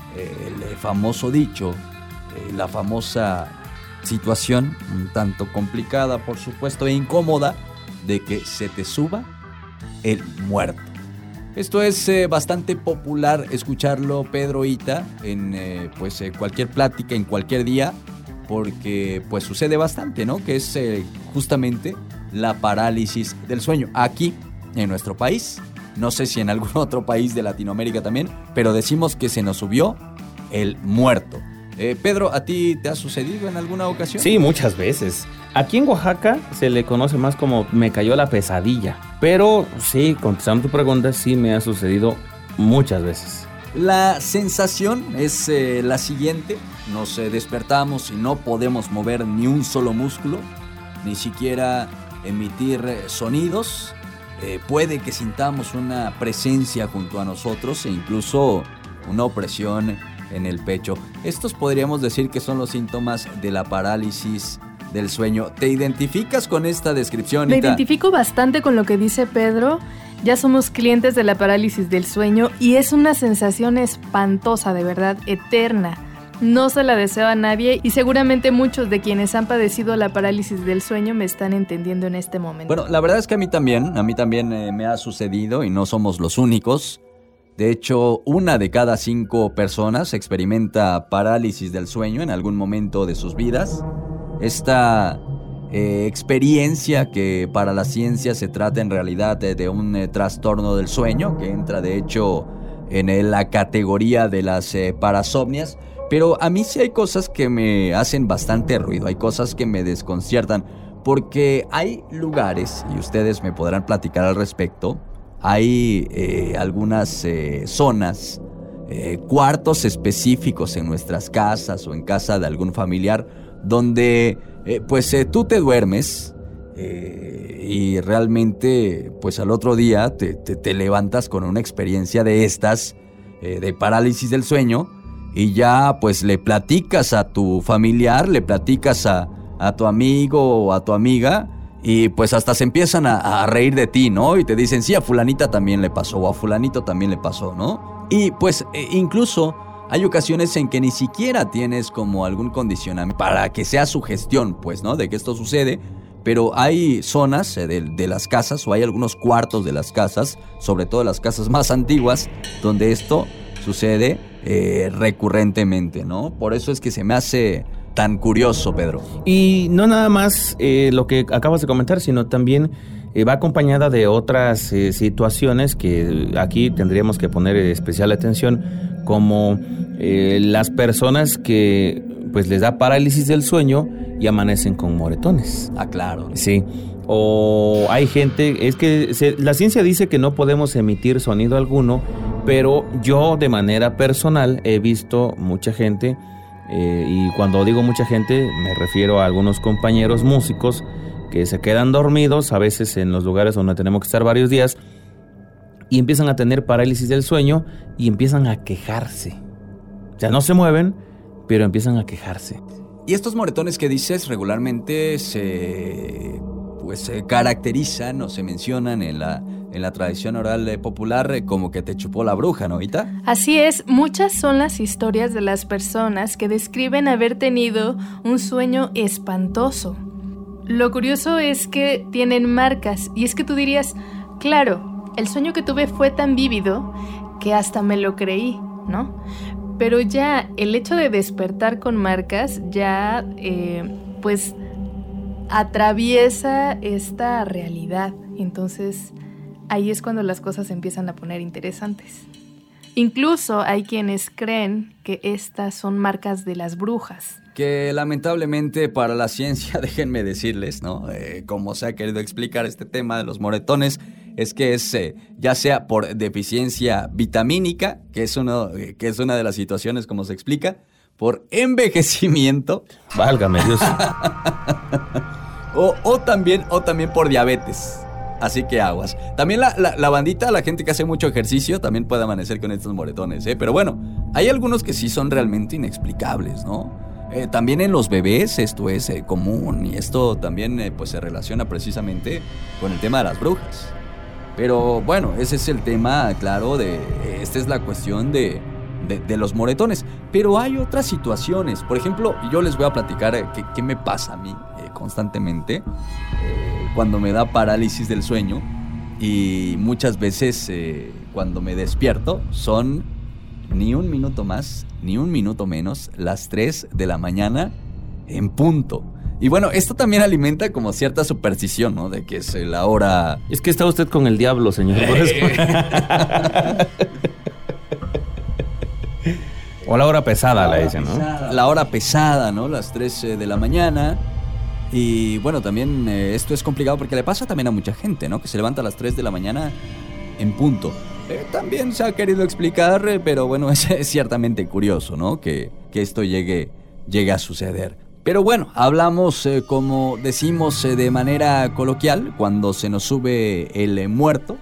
el famoso dicho, la famosa situación, un tanto complicada, por supuesto, e incómoda, de que se te suba el muerto. Esto es bastante popular escucharlo, Pedro Ita, en cualquier plática, en cualquier día, porque pues sucede bastante, ¿no? Que es justamente la parálisis del sueño. Aquí, en nuestro país, no sé si en algún otro país de Latinoamérica también, pero decimos que se nos subió el muerto. Pedro, ¿a ti te ha sucedido en alguna ocasión?
Sí, muchas veces. Aquí en Oaxaca se le conoce más como me cayó la pesadilla. Pero sí, contestando tu pregunta, sí me ha sucedido muchas veces.
La sensación es la siguiente. Nos despertamos y no podemos mover ni un solo músculo, ni siquiera emitir sonidos. Puede que sintamos una presencia junto a nosotros e incluso una opresión en el pecho. Estos podríamos decir que son los síntomas de la parálisis del sueño. ¿Te identificas con esta descripción?
Me identifico bastante con lo que dice Pedro. Ya somos clientes de la parálisis del sueño y es una sensación espantosa, de verdad, eterna. No se la deseo a nadie y seguramente muchos de quienes han padecido la parálisis del sueño me están entendiendo en este momento.
Bueno, la verdad es que a mí también me ha sucedido y no somos los únicos. De hecho, 1 de cada 5 personas experimenta parálisis del sueño en algún momento de sus vidas. Esta experiencia, que para la ciencia se trata en realidad de un trastorno del sueño, que entra de hecho en la categoría de las parasomnias. Pero a mí sí hay cosas que me hacen bastante ruido, hay cosas que me desconciertan, porque hay lugares, y ustedes me podrán platicar al respecto, hay algunas zonas, cuartos específicos en nuestras casas o en casa de algún familiar, donde tú te duermes y realmente pues al otro día te levantas con una experiencia de estas, de parálisis del sueño, y ya pues le platicas a tu familiar, le platicas a tu amigo o a tu amiga, y pues hasta se empiezan a reír de ti, ¿no? Y te dicen, sí, a fulanita también le pasó, o a fulanito también le pasó, ¿no? Y pues incluso Hay ocasiones en que ni siquiera tienes como algún condicionamiento para que sea sugestión, pues, ¿no? De que esto sucede. Pero hay zonas de las casas, o hay algunos cuartos de las casas, sobre todo las casas más antiguas, donde esto sucede recurrentemente, ¿no? Por eso es que se me hace tan curioso, Pedro.
Y no nada más lo que acabas de comentar, sino también va acompañada de otras situaciones que aquí tendríamos que poner especial atención, como las personas que pues les da parálisis del sueño y amanecen con moretones.
Ah, claro.
Sí. O hay gente, es que la ciencia dice que no podemos emitir sonido alguno, pero yo de manera personal he visto mucha gente, y cuando digo mucha gente me refiero a algunos compañeros músicos que se quedan dormidos, a veces en los lugares donde tenemos que estar varios días, y empiezan a tener parálisis del sueño y empiezan a quejarse. O sea, no se mueven, pero empiezan a quejarse.
Y estos moretones que dices regularmente se caracterizan o se mencionan en la tradición oral popular como que te chupó la bruja, ¿no, Ita?
Así es, muchas son las historias de las personas que describen haber tenido un sueño espantoso. Lo curioso es que tienen marcas, y es que tú dirías, claro, el sueño que tuve fue tan vívido que hasta me lo creí, ¿no? Pero ya el hecho de despertar con marcas ya pues atraviesa esta realidad. Entonces ahí es cuando las cosas se empiezan a poner interesantes. Incluso hay quienes creen que estas son marcas de las brujas.
Que lamentablemente para la ciencia, déjenme decirles, ¿no? Como se ha querido explicar este tema de los moretones, es que es ya sea por deficiencia vitamínica, que es una de las situaciones como se explica, por envejecimiento.
Válgame Dios.
o también por diabetes. Así que aguas. También la bandita, la gente que hace mucho ejercicio, también puede amanecer con estos moretones, ¿eh? Pero bueno, hay algunos que sí son realmente inexplicables, ¿no? También en los bebés esto es común, y esto también pues se relaciona precisamente con el tema de las brujas. Pero bueno, ese es el tema, claro, esta es la cuestión de los moretones. Pero hay otras situaciones. Por ejemplo, yo les voy a platicar qué me pasa a mí constantemente cuando me da parálisis del sueño. Y muchas veces cuando me despierto son ni un minuto más, ni un minuto menos, las 3 de la mañana en punto. Y bueno, esto también alimenta como cierta superstición, ¿no? De que es la hora...
Es que está usted con el diablo, señor. O la hora pesada, la dicen, ¿no?
La hora pesada, ¿no? Las 3 de la mañana. Y bueno, también esto es complicado porque le pasa también a mucha gente, ¿no? Que se levanta a las 3 de la mañana en punto. También se ha querido explicar, pero bueno, es ciertamente curioso, ¿no? Que esto llegue a suceder. Pero bueno, hablamos, como decimos de manera coloquial, cuando se nos sube el muerto.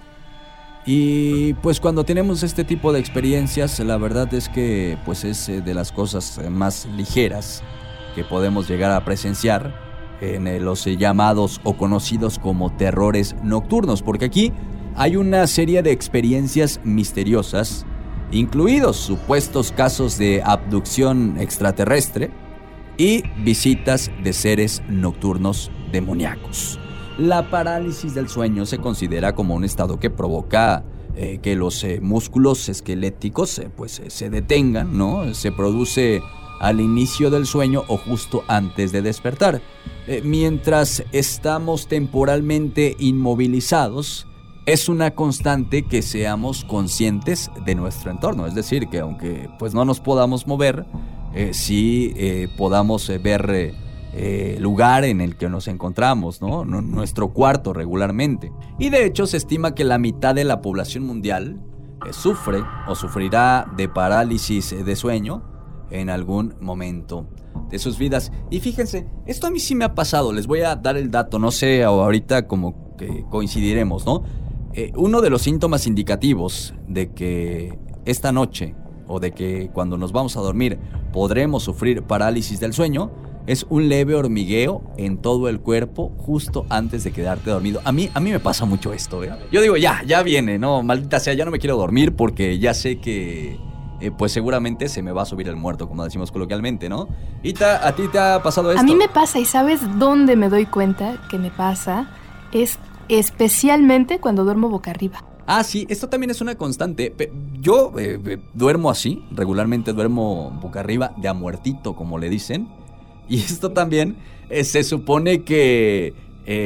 Y pues cuando tenemos este tipo de experiencias, la verdad es que pues es de las cosas más ligeras que podemos llegar a presenciar en los llamados o conocidos como terrores nocturnos, porque aquí hay una serie de experiencias misteriosas, incluidos supuestos casos de abducción extraterrestre y visitas de seres nocturnos demoníacos. La parálisis del sueño se considera como un estado que provoca que los músculos esqueléticos se detengan, ¿no? Se produce al inicio del sueño o justo antes de despertar. Mientras estamos temporalmente inmovilizados, es una constante que seamos conscientes de nuestro entorno. Es decir, que aunque pues no nos podamos mover, sí podamos ver lugar en el que nos encontramos, ¿no? Nuestro cuarto regularmente. Y de hecho se estima que la mitad de la población mundial sufre o sufrirá de parálisis de sueño en algún momento de sus vidas. Y fíjense, esto a mí sí me ha pasado. Les voy a dar el dato, no sé, ahorita como que coincidiremos, ¿no? Uno de los síntomas indicativos de que esta noche o de que cuando nos vamos a dormir podremos sufrir parálisis del sueño es un leve hormigueo en todo el cuerpo justo antes de quedarte dormido. A mí me pasa mucho esto, ¿eh? Yo digo, ya viene, ¿no? Maldita sea, ya no me quiero dormir porque ya sé que pues seguramente se me va a subir el muerto, como decimos coloquialmente, ¿no? Ita, ¿a ti te ha pasado esto?
A mí me pasa, y ¿sabes dónde me doy cuenta que me pasa? Es especialmente cuando duermo boca arriba.
Ah, sí, esto también es una constante. Yo duermo así, regularmente duermo boca arriba, de a muertito, como le dicen. Y esto también se supone que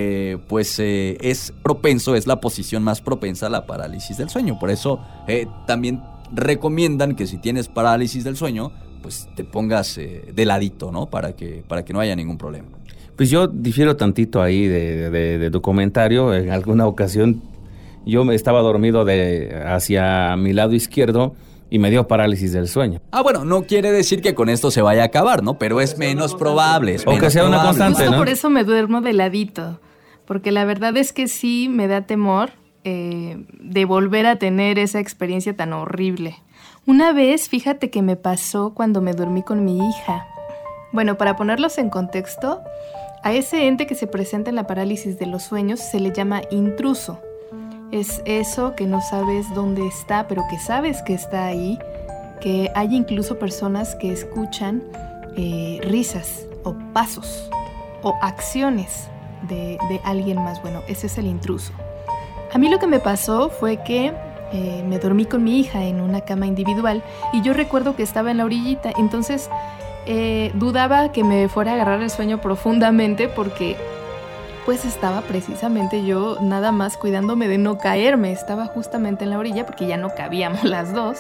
es propenso, es la posición más propensa a la parálisis del sueño. Por eso también recomiendan que si tienes parálisis del sueño, pues te pongas de ladito, ¿no? Para que no haya ningún problema.
Pues yo difiero tantito ahí de tu comentario. En alguna ocasión yo me estaba dormido hacia mi lado izquierdo y me dio parálisis del sueño.
Ah, bueno, no quiere decir que con esto se vaya a acabar, ¿no? Pero es menos probable.
O que sea una constante,
justo,
¿no?
Por eso me duermo de ladito, porque la verdad es que sí me da temor de volver a tener esa experiencia tan horrible. Una vez, fíjate que me pasó cuando me dormí con mi hija. Bueno, para ponerlos en contexto, a ese ente que se presenta en la parálisis de los sueños se le llama intruso. Es eso que no sabes dónde está, pero que sabes que está ahí, que hay incluso personas que escuchan risas o pasos o acciones de alguien más. Bueno, ese es el intruso. A mí lo que me pasó fue que me dormí con mi hija en una cama individual y yo recuerdo que estaba en la orillita, entonces dudaba que me fuera a agarrar el sueño profundamente porque pues estaba precisamente yo nada más cuidándome de no caerme. Estaba justamente en la orilla porque ya no cabíamos las dos.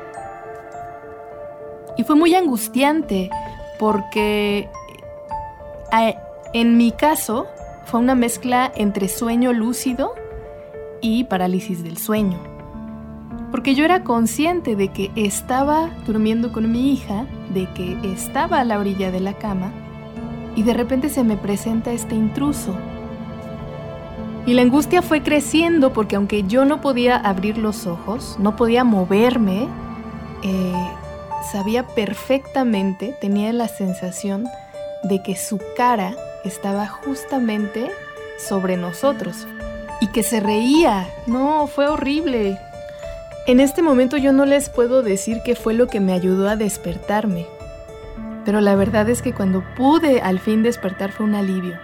Y fue muy angustiante porque en mi caso fue una mezcla entre sueño lúcido y parálisis del sueño. Porque yo era consciente de que estaba durmiendo con mi hija, de que estaba a la orilla de la cama y de repente se me presenta este intruso. Y la angustia fue creciendo porque aunque yo no podía abrir los ojos, no podía moverme, sabía perfectamente, tenía la sensación de que su cara estaba justamente sobre nosotros y que se reía. No, fue horrible. En este momento yo no les puedo decir qué fue lo que me ayudó a despertarme, pero la verdad es que cuando pude al fin despertar fue un alivio,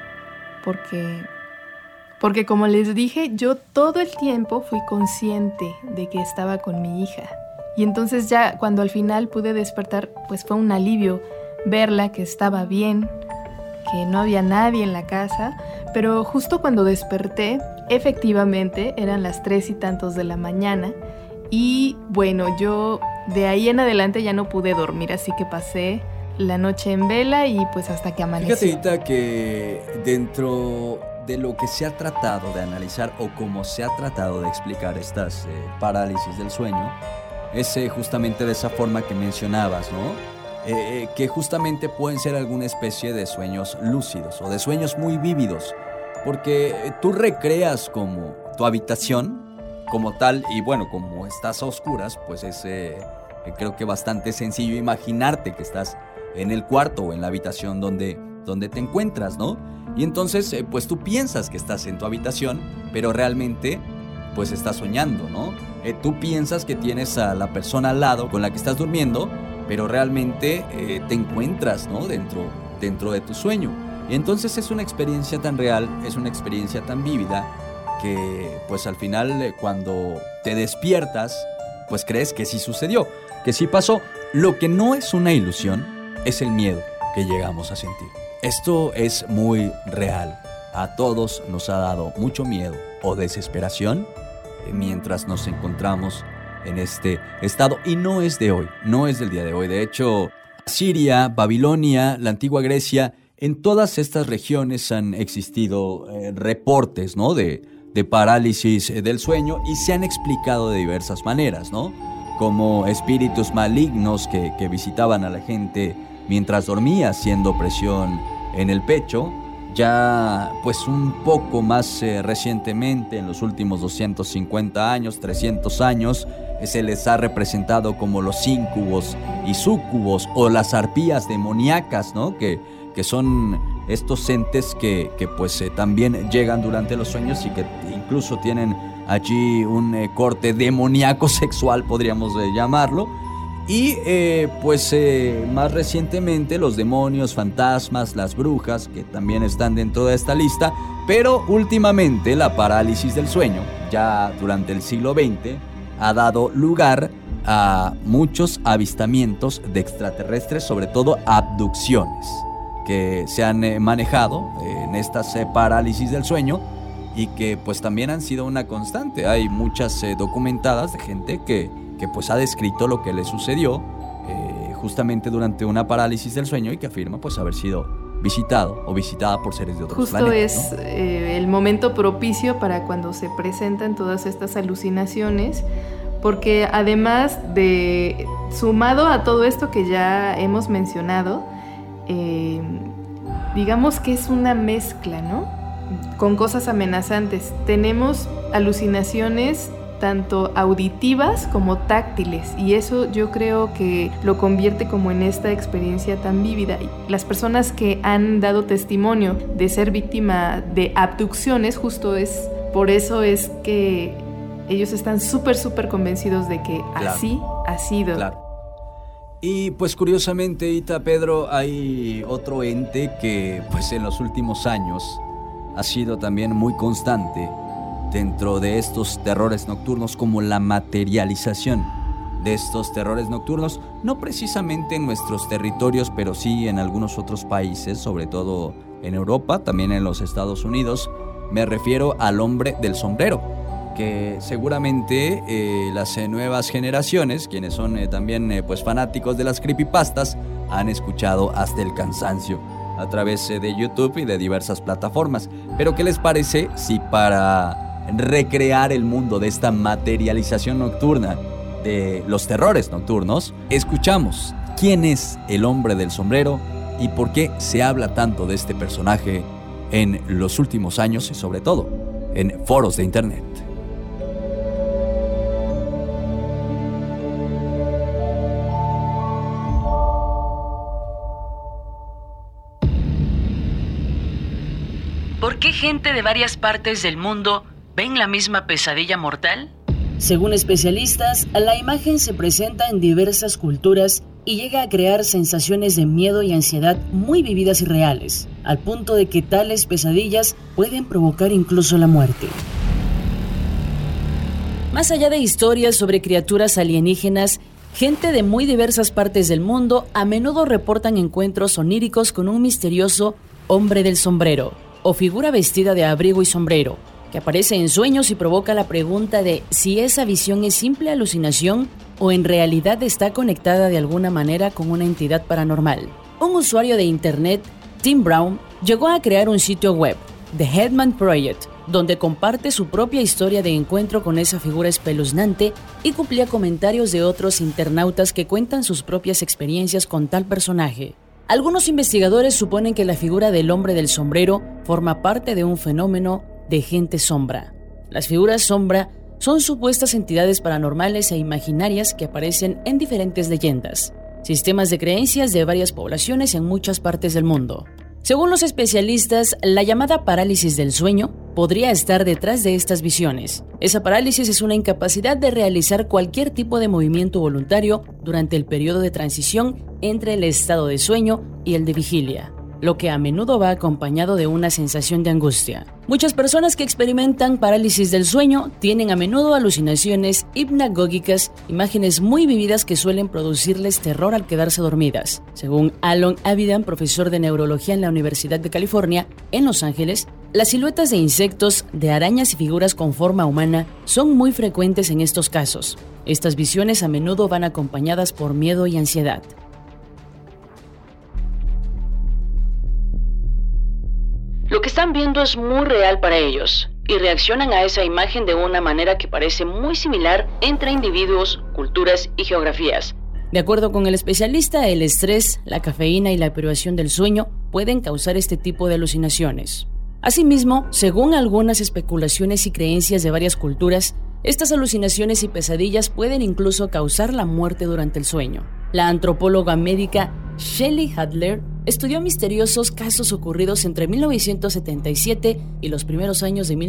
porque como les dije, yo todo el tiempo fui consciente de que estaba con mi hija. Y entonces ya cuando al final pude despertar, pues fue un alivio verla, que estaba bien, que no había nadie en la casa. Pero justo cuando desperté, efectivamente eran las 3 y tantos de la mañana. Y bueno, yo de ahí en adelante ya no pude dormir, así que pasé la noche en vela y pues hasta que amaneció.
Fíjate, Ita, que dentro de lo que se ha tratado de analizar o cómo se ha tratado de explicar estas parálisis del sueño es justamente de esa forma que mencionabas, ¿no? Que justamente pueden ser alguna especie de sueños lúcidos o de sueños muy vívidos, porque tú recreas como tu habitación como tal y bueno, como estás a oscuras, pues es creo que bastante sencillo imaginarte que estás en el cuarto o en la habitación donde te encuentras, ¿no? Y entonces, pues tú piensas que estás en tu habitación, pero realmente, pues estás soñando, ¿no? Tú piensas que tienes a la persona al lado con la que estás durmiendo, pero realmente te encuentras, ¿no? Dentro de tu sueño. Y entonces es una experiencia tan real, es una experiencia tan vívida, que pues al final cuando te despiertas, pues crees que sí sucedió, que sí pasó. Lo que no es una ilusión es el miedo que llegamos a sentir. Esto es muy real. A todos nos ha dado mucho miedo o desesperación mientras nos encontramos en este estado. Y no es de hoy, no es del día de hoy. De hecho, Siria, Babilonia, la antigua Grecia, en todas estas regiones han existido reportes, ¿no? de parálisis del sueño y se han explicado de diversas maneras, ¿no? Como espíritus malignos que visitaban a la gente mientras dormía, haciendo presión en el pecho. Ya pues un poco más recientemente, en los últimos 250 años, 300 años, se les ha representado como los íncubos y súcubos o las arpías demoníacas, ¿no? Que son estos entes que pues también llegan durante los sueños y que incluso tienen allí un corte demoníaco sexual, podríamos llamarlo. Y más recientemente los demonios, fantasmas, las brujas, que también están dentro de esta lista, pero últimamente la parálisis del sueño, ya durante el siglo XX, ha dado lugar a muchos avistamientos de extraterrestres, sobre todo abducciones, que se han manejado en estas parálisis del sueño y que pues también han sido una constante. Hay muchas documentadas de gente que pues ha descrito lo que le sucedió justamente durante una parálisis del sueño y que afirma pues haber sido visitado o visitada por seres de otros planetas.
Justo es el momento propicio para cuando se presentan todas estas alucinaciones, porque además de, sumado a todo esto que ya hemos mencionado, digamos que es una mezcla, ¿no? Con cosas amenazantes. Tenemos alucinaciones tanto auditivas como táctiles, y eso yo creo que lo convierte como en esta experiencia tan vívida. Las personas que han dado testimonio de ser víctima de abducciones, justo es por eso es que ellos están súper convencidos de que claro, así ha sido.
Claro. Y pues curiosamente, Ita, Pedro, hay otro ente que pues en los últimos años ha sido también muy constante dentro de estos terrores nocturnos, como la materialización de estos terrores nocturnos, no precisamente en nuestros territorios, pero sí en algunos otros países, sobre todo en Europa, también en los Estados Unidos. Me refiero al hombre del sombrero, que seguramente las nuevas generaciones, quienes son también pues fanáticos de las creepypastas, han escuchado hasta el cansancio a través de YouTube y de diversas plataformas. Pero ¿qué les parece si para recrear el mundo de esta materialización nocturna, de los terrores nocturnos, escuchamos quién es el hombre del sombrero y por qué se habla tanto de este personaje en los últimos años y sobre todo en foros de internet?
¿Por qué gente de varias partes del mundo ven la misma pesadilla mortal? Según especialistas, la imagen se presenta en diversas culturas y llega a crear sensaciones de miedo y ansiedad muy vividas y reales, al punto de que tales pesadillas pueden provocar incluso la muerte. Más allá de historias sobre criaturas alienígenas, gente de muy diversas partes del mundo a menudo reportan encuentros oníricos con un misterioso hombre del sombrero, o figura vestida de abrigo y sombrero, que aparece en sueños y provoca la pregunta de si esa visión es simple alucinación o en realidad está conectada de alguna manera con una entidad paranormal. Un usuario de internet, Tim Brown, llegó a crear un sitio web, The Headman Project, donde comparte su propia historia de encuentro con esa figura espeluznante y cumplía comentarios de otros internautas que cuentan sus propias experiencias con tal personaje. Algunos investigadores suponen que la figura del hombre del sombrero forma parte de un fenómeno de gente sombra. Las figuras sombra son supuestas entidades paranormales e imaginarias que aparecen en diferentes leyendas, sistemas de creencias de varias poblaciones en muchas partes del mundo. Según los especialistas, la llamada parálisis del sueño podría estar detrás de estas visiones. Esa parálisis es una incapacidad de realizar cualquier tipo de movimiento voluntario durante el periodo de transición entre el estado de sueño y el de vigilia, lo que a menudo va acompañado de una sensación de angustia. Muchas personas que experimentan parálisis del sueño tienen a menudo alucinaciones hipnagógicas, imágenes muy vividas que suelen producirles terror al quedarse dormidas. Según Alon Avidan, profesor de neurología en la Universidad de California, en Los Ángeles, las siluetas de insectos, de arañas y figuras con forma humana son muy frecuentes en estos casos. Estas visiones a menudo van acompañadas por miedo y ansiedad. Lo que están viendo es muy real para ellos y reaccionan a esa imagen de una manera que parece muy similar entre individuos, culturas y geografías. De acuerdo con el especialista, el estrés, la cafeína y la privación del sueño pueden causar este tipo de alucinaciones. Asimismo, según algunas especulaciones y creencias de varias culturas, estas alucinaciones y pesadillas pueden incluso causar la muerte durante el sueño. La antropóloga médica Shelley Hadler estudió misteriosos casos ocurridos entre 1977 y los primeros años de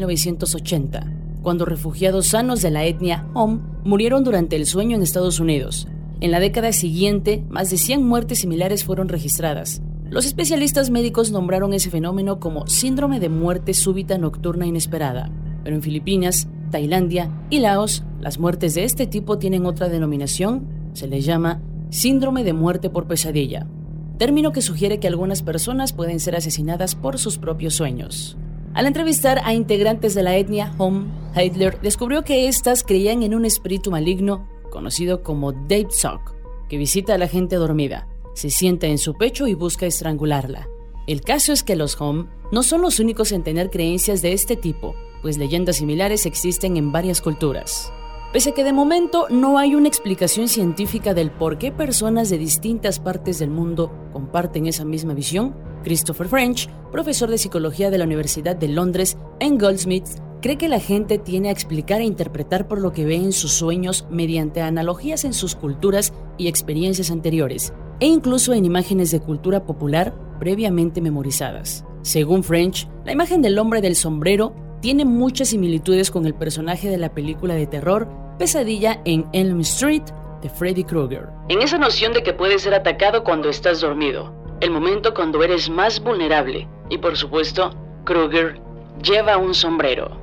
1980, cuando refugiados sanos de la etnia Hom murieron durante el sueño en Estados Unidos. En la década siguiente, más de 100 muertes similares fueron registradas. Los especialistas médicos nombraron ese fenómeno como síndrome de muerte súbita nocturna inesperada. Pero en Filipinas, Tailandia y Laos, las muertes de este tipo tienen otra denominación. Se les llama síndrome de muerte por pesadilla, término que sugiere que algunas personas pueden ser asesinadas por sus propios sueños. Al entrevistar a integrantes de la etnia Hmong, Heidler descubrió que éstas creían en un espíritu maligno conocido como Dave Sok, que visita a la gente dormida, se sienta en su pecho y busca estrangularla. El caso es que los Hmong no son los únicos en tener creencias de este tipo, pues leyendas similares existen en varias culturas. Pese a que de momento no hay una explicación científica del por qué personas de distintas partes del mundo comparten esa misma visión, Christopher French, profesor de psicología de la Universidad de Londres en Goldsmiths, cree que la gente tiene a explicar e interpretar por lo que ve en sus sueños mediante analogías en sus culturas y experiencias anteriores, e incluso en imágenes de cultura popular previamente memorizadas. Según French, la imagen del hombre del sombrero tiene muchas similitudes con el personaje de la película de terror Pesadilla en Elm Street de Freddy Krueger. En esa noción de que puedes ser atacado cuando estás dormido, el momento cuando eres más vulnerable, y por supuesto, Krueger lleva un sombrero.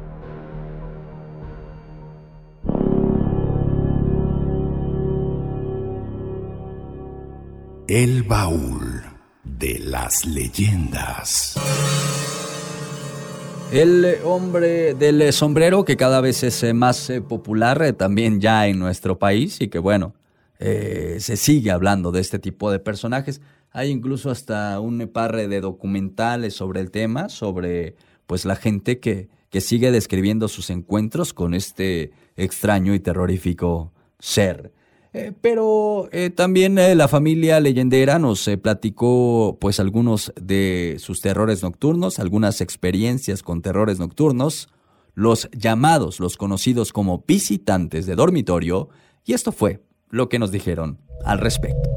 El baúl de las leyendas.
El hombre del sombrero, que cada vez es más popular también ya en nuestro país, y que bueno, se sigue hablando de este tipo de personajes. Hay incluso hasta un par de documentales sobre el tema, sobre pues la gente que sigue describiendo sus encuentros con este extraño y terrorífico ser. Pero también la familia leyendera nos platicó pues algunos de sus terrores nocturnos, algunas experiencias con terrores nocturnos, los conocidos como visitantes de dormitorio, y esto fue lo que nos dijeron al respecto.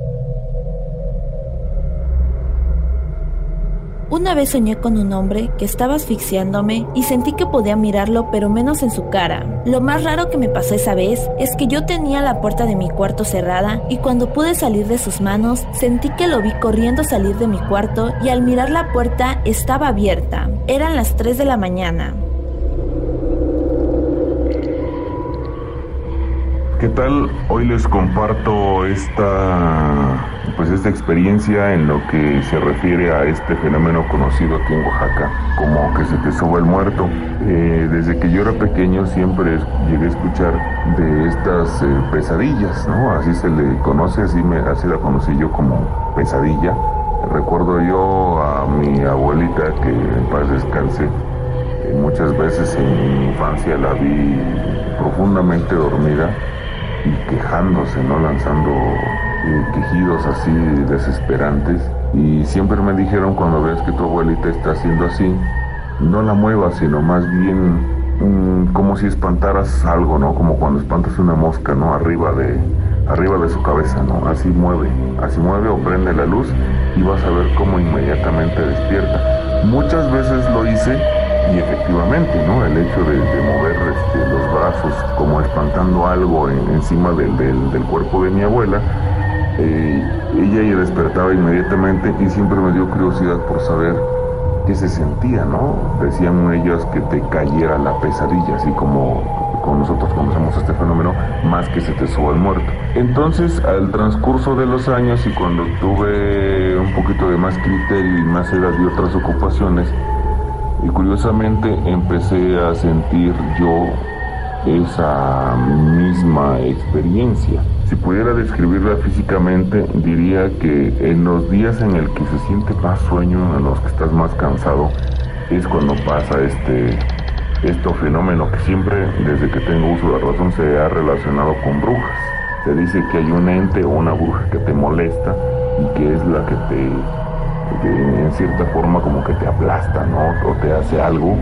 Una vez soñé con un hombre que estaba asfixiándome y sentí que podía mirarlo, pero menos en su cara. Lo más raro que me pasó esa vez es que yo tenía la puerta de mi cuarto cerrada y cuando pude salir de sus manos, sentí que lo vi corriendo salir de mi cuarto y al mirar la puerta estaba abierta. Eran las 3 de la mañana.
¿Qué tal? Hoy les comparto esta experiencia en lo que se refiere a este fenómeno conocido aquí en Oaxaca como que se te sube el muerto. Desde que yo era pequeño siempre llegué a escuchar de estas pesadillas, ¿no? Así se le conoce, así la conocí yo como pesadilla. Recuerdo yo a mi abuelita, que en paz descanse, muchas veces en mi infancia la vi profundamente dormida y quejándose, ¿no? Lanzando quejidos así desesperantes, y siempre me dijeron: cuando veas que tu abuelita está haciendo así, no la muevas, sino más bien como si espantaras algo, ¿no? Como cuando espantas una mosca, ¿no? Arriba de su cabeza, ¿no? Así mueve o prende la luz y vas a ver cómo inmediatamente despierta. Muchas veces lo hice y efectivamente, ¿no? El hecho de mover los brazos como espantando algo encima del cuerpo de mi abuela, ella ya despertaba inmediatamente y siempre me dio curiosidad por saber qué se sentía, ¿no? Decían ellos que te cayera la pesadilla, así como nosotros conocemos este fenómeno, más que se te suba el muerto. Entonces, al transcurso de los años y cuando tuve un poquito de más criterio y más edad y otras ocupaciones, y curiosamente empecé a sentir yo esa misma experiencia. Si pudiera describirla físicamente, diría que en los días en el que se siente más sueño, en los que estás más cansado, es cuando pasa este fenómeno que siempre, desde que tengo uso de razón, se ha relacionado con brujas. Se dice que hay un ente o una bruja que te molesta y que es la que en cierta forma como que te aplasta, ¿no? O te hace algo.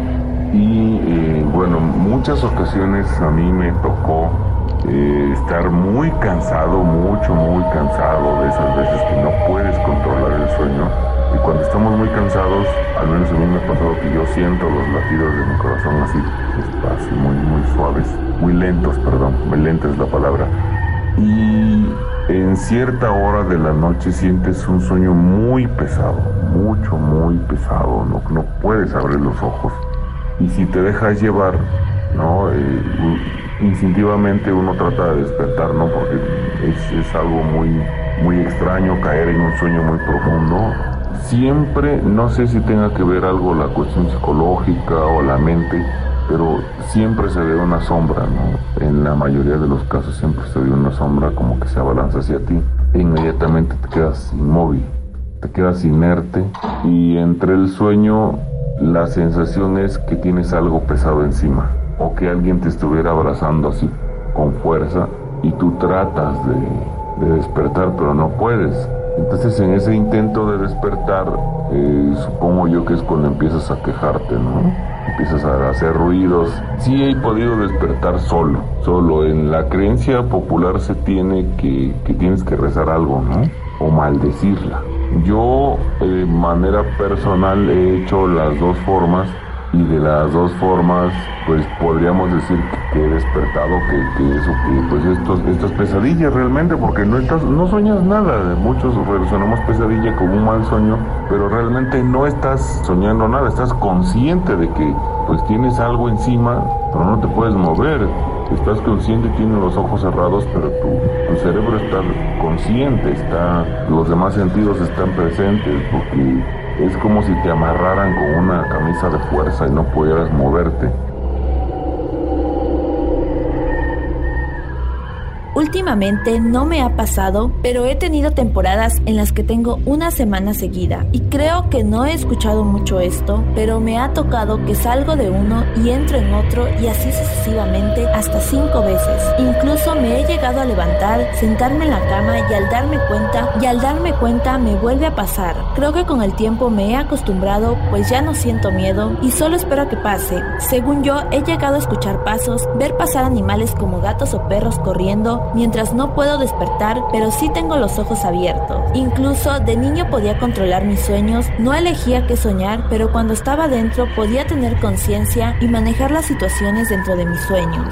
Y bueno, muchas ocasiones a mí me tocó estar muy cansado, muy cansado, de esas veces que no puedes controlar el sueño. Y cuando estamos muy cansados, al menos a mí me ha pasado que yo siento los latidos de mi corazón así despacio, muy suaves, muy lentos es la palabra. Y en cierta hora de la noche sientes un sueño muy pesado, muy pesado, no puedes abrir los ojos. Y si te dejas llevar, ¿no? Instintivamente uno trata de despertar, ¿no? Porque es algo muy extraño caer en un sueño muy profundo. Siempre, no sé si tenga que ver algo la cuestión psicológica o la mente, pero siempre se ve una sombra, ¿no? En la mayoría de los casos siempre se ve una sombra como que se abalanza hacia ti e inmediatamente te quedas inmóvil, te quedas inerte y entre el sueño la sensación es que tienes algo pesado encima o que alguien te estuviera abrazando así con fuerza y tú tratas de despertar pero no puedes. Entonces en ese intento de despertar, supongo yo que es cuando empiezas a quejarte, ¿no? Empiezas a hacer ruidos. Sí he podido despertar solo. En la creencia popular se tiene que tienes que rezar algo, ¿no? O maldecirla. Yo, de manera personal, he hecho las dos formas y de las dos formas, pues podríamos decir que he despertado, estas pesadillas realmente, porque no sueñas nada. Muchos relacionamos pesadilla como un mal sueño, pero realmente no estás soñando nada, estás consciente de que pues tienes algo encima, pero no te puedes mover. Estás consciente, tienes los ojos cerrados, pero tu cerebro está consciente, los demás sentidos están presentes, porque es como si te amarraran con una camisa de fuerza y no pudieras moverte.
Últimamente no me ha pasado, pero he tenido temporadas en las que tengo una semana seguida. Y creo que no he escuchado mucho esto, pero me ha tocado que salgo de uno y entro en otro y así sucesivamente hasta 5 veces. Incluso me he llegado a levantar, sentarme en la cama y al darme cuenta me vuelve a pasar. Creo que con el tiempo me he acostumbrado, pues ya no siento miedo y solo espero a que pase. Según yo, he llegado a escuchar pasos, ver pasar animales como gatos o perros corriendo, mientras no puedo despertar, pero sí tengo los ojos abiertos. Incluso de niño podía controlar mis sueños, no elegía qué soñar, pero cuando estaba dentro podía tener conciencia y manejar las situaciones dentro de mis sueños.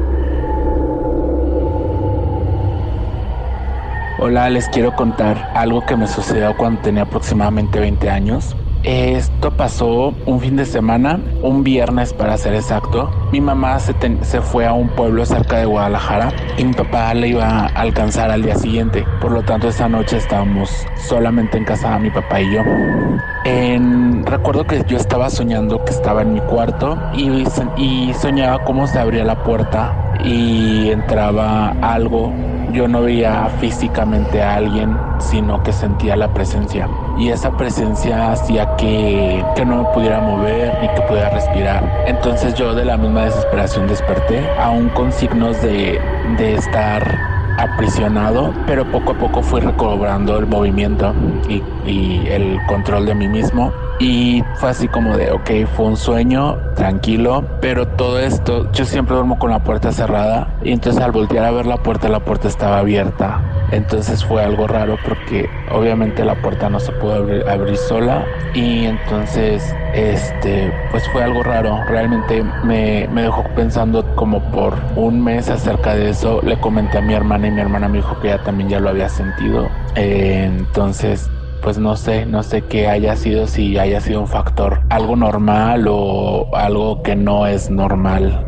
Hola, les quiero contar algo que me sucedió cuando tenía aproximadamente 20 años. Esto pasó un fin de semana, un viernes para ser exacto. Mi mamá se fue a un pueblo cerca de Guadalajara y mi papá le iba a alcanzar al día siguiente. Por lo tanto, esa noche estábamos solamente en casa mi papá y yo. Recuerdo que yo estaba soñando que estaba en mi cuarto y soñaba cómo se abría la puerta y entraba algo. Yo no veía físicamente a alguien, sino que sentía la presencia. Y esa presencia hacía que no me pudiera mover ni que pudiera respirar. Entonces yo de la misma desesperación desperté, aún con signos de estar aprisionado, pero poco a poco fui recobrando el movimiento y el control de mí mismo. Y fue así como de, ok, fue un sueño, tranquilo, pero todo esto, yo siempre duermo con la puerta cerrada y entonces al voltear a ver la puerta estaba abierta. Entonces fue algo raro porque obviamente la puerta no se pudo abrir sola y entonces pues fue algo raro. Realmente me dejó pensando como por un mes acerca de eso. Le comenté a mi hermana y mi hermana me dijo que ella también ya lo había sentido. Entonces pues no sé qué haya sido, si haya sido un factor, algo normal o algo que no es normal.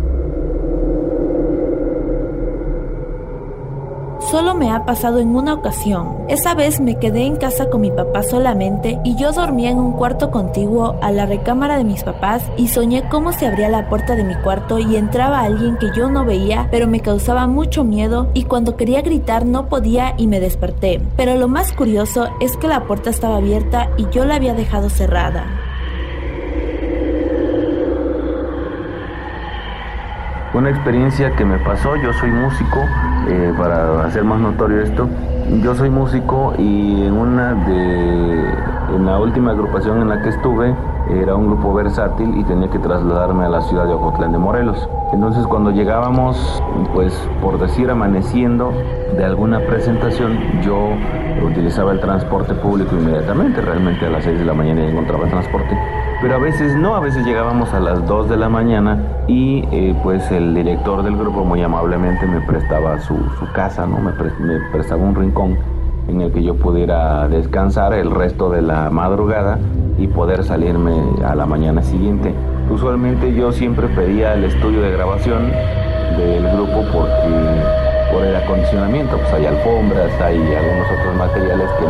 Solo me ha pasado en una ocasión. Esa vez me quedé en casa con mi papá solamente y yo dormía en un cuarto contiguo a la recámara de mis papás y soñé cómo se abría la puerta de mi cuarto y entraba alguien que yo no veía, pero me causaba mucho miedo y cuando quería gritar no podía y me desperté. Pero lo más curioso es que la puerta estaba abierta y yo la había dejado cerrada.
Una experiencia que me pasó, yo soy músico, para hacer más notorio esto, yo soy músico y en la última agrupación en la que estuve, era un grupo versátil y tenía que trasladarme a la ciudad de Ocotlán de Morelos. Entonces cuando llegábamos, pues por decir amaneciendo de alguna presentación, yo utilizaba el transporte público inmediatamente, realmente a las 6 de la mañana ya encontraba el transporte, pero a veces no, a veces llegábamos a las 2 de la mañana y pues el director del grupo muy amablemente me prestaba su casa, ¿no? Me prestaba un rincón en el que yo pudiera descansar el resto de la madrugada y poder salirme a la mañana siguiente. Usualmente yo siempre pedía el estudio de grabación del grupo porque por el acondicionamiento, pues hay alfombras, hay algunos otros materiales que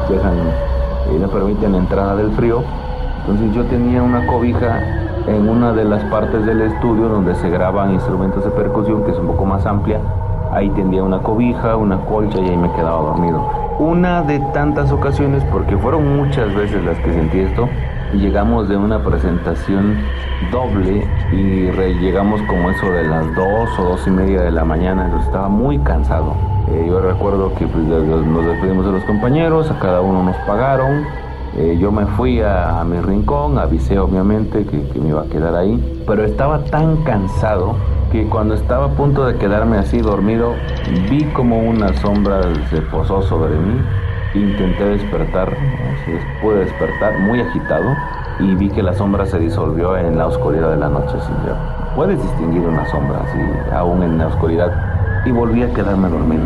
no permiten la entrada del frío. Entonces yo tenía una cobija en una de las partes del estudio donde se graban instrumentos de percusión, que es un poco más amplia. Ahí tendía una cobija, una colcha y ahí me quedaba dormido. Una de tantas ocasiones, porque fueron muchas veces las que sentí esto, y llegamos de una presentación doble y llegamos como eso de las 2 o 2:30 de la mañana, entonces estaba muy cansado. Yo recuerdo que pues, nos despedimos de los compañeros, a cada uno nos pagaron. Yo me fui a mi rincón, avisé obviamente que me iba a quedar ahí, pero estaba tan cansado que cuando estaba a punto de quedarme así dormido, vi como una sombra se posó sobre mí. Intenté despertar, pude despertar muy agitado y vi que la sombra se disolvió en la oscuridad de la noche. ¿Sí? Puedes distinguir una sombra así, aún en la oscuridad, y volví a quedarme dormido.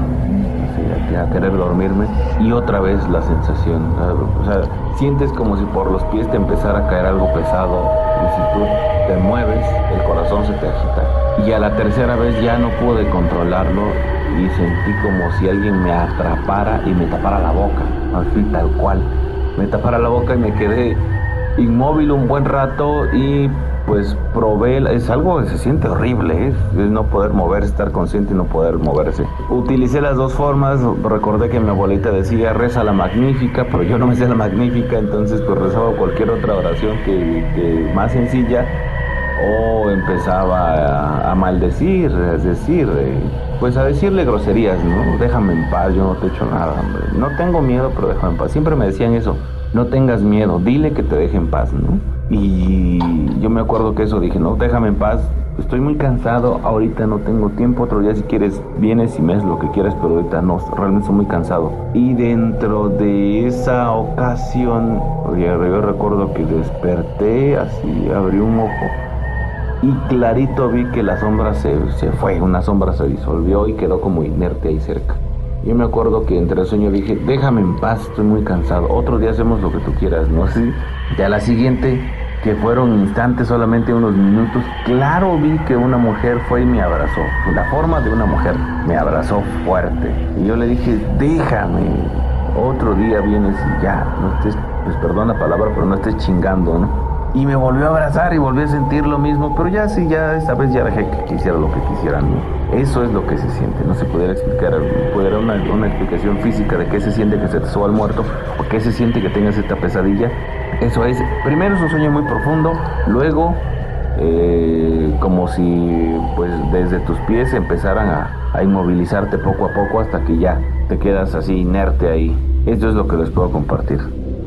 A querer dormirme y otra vez la sensación, o sea, sientes como si por los pies te empezara a caer algo pesado y si tú te mueves el corazón se te agita y a la tercera vez ya no pude controlarlo y sentí como si alguien me atrapara y me tapara la boca, así tal cual, me tapara la boca y me quedé inmóvil un buen rato y pues probé, es algo que se siente horrible, es no poder moverse, estar consciente y no poder moverse. Utilicé las dos formas, recordé que mi abuelita decía reza la magnífica, pero yo no me sé la magnífica, entonces pues rezaba cualquier otra oración que más sencilla, o empezaba a maldecir, es decir, pues a decirle groserías, ¿no? Déjame en paz, yo no te he hecho nada, hombre. No tengo miedo, pero déjame en paz. Siempre me decían eso, no tengas miedo, dile que te deje en paz, ¿no? Y yo me acuerdo que eso dije, no, déjame en paz, estoy muy cansado, ahorita no tengo tiempo, otro día si quieres vienes y me haces lo que quieras, pero ahorita no, realmente estoy muy cansado. Y dentro de esa ocasión, yo recuerdo que desperté, así, abrí un ojo y clarito vi que la sombra se fue, una sombra se disolvió y quedó como inerte ahí cerca. Yo me acuerdo que entre el sueño dije, déjame en paz, estoy muy cansado, otro día hacemos lo que tú quieras, ¿no? Sí. Y a la siguiente, que fueron instantes, solamente unos minutos, claro vi que una mujer fue y me abrazó, la forma de una mujer, me abrazó fuerte. Y yo le dije, déjame, otro día vienes y ya, no estés, pues perdón la palabra, pero no estés chingando, ¿no? Y me volvió a abrazar y volví a sentir lo mismo, pero ya sí, ya esta vez ya dejé que hiciera lo que quisieran, ¿no? Eso es lo que se siente, no se pudiera explicar, pudiera una explicación física de qué se siente que se te suba al muerto, o qué se siente que tengas esta pesadilla. Eso es, primero es un sueño muy profundo, luego como si pues desde tus pies empezaran a inmovilizarte poco a poco hasta que ya te quedas así inerte ahí. Esto es lo que les puedo compartir.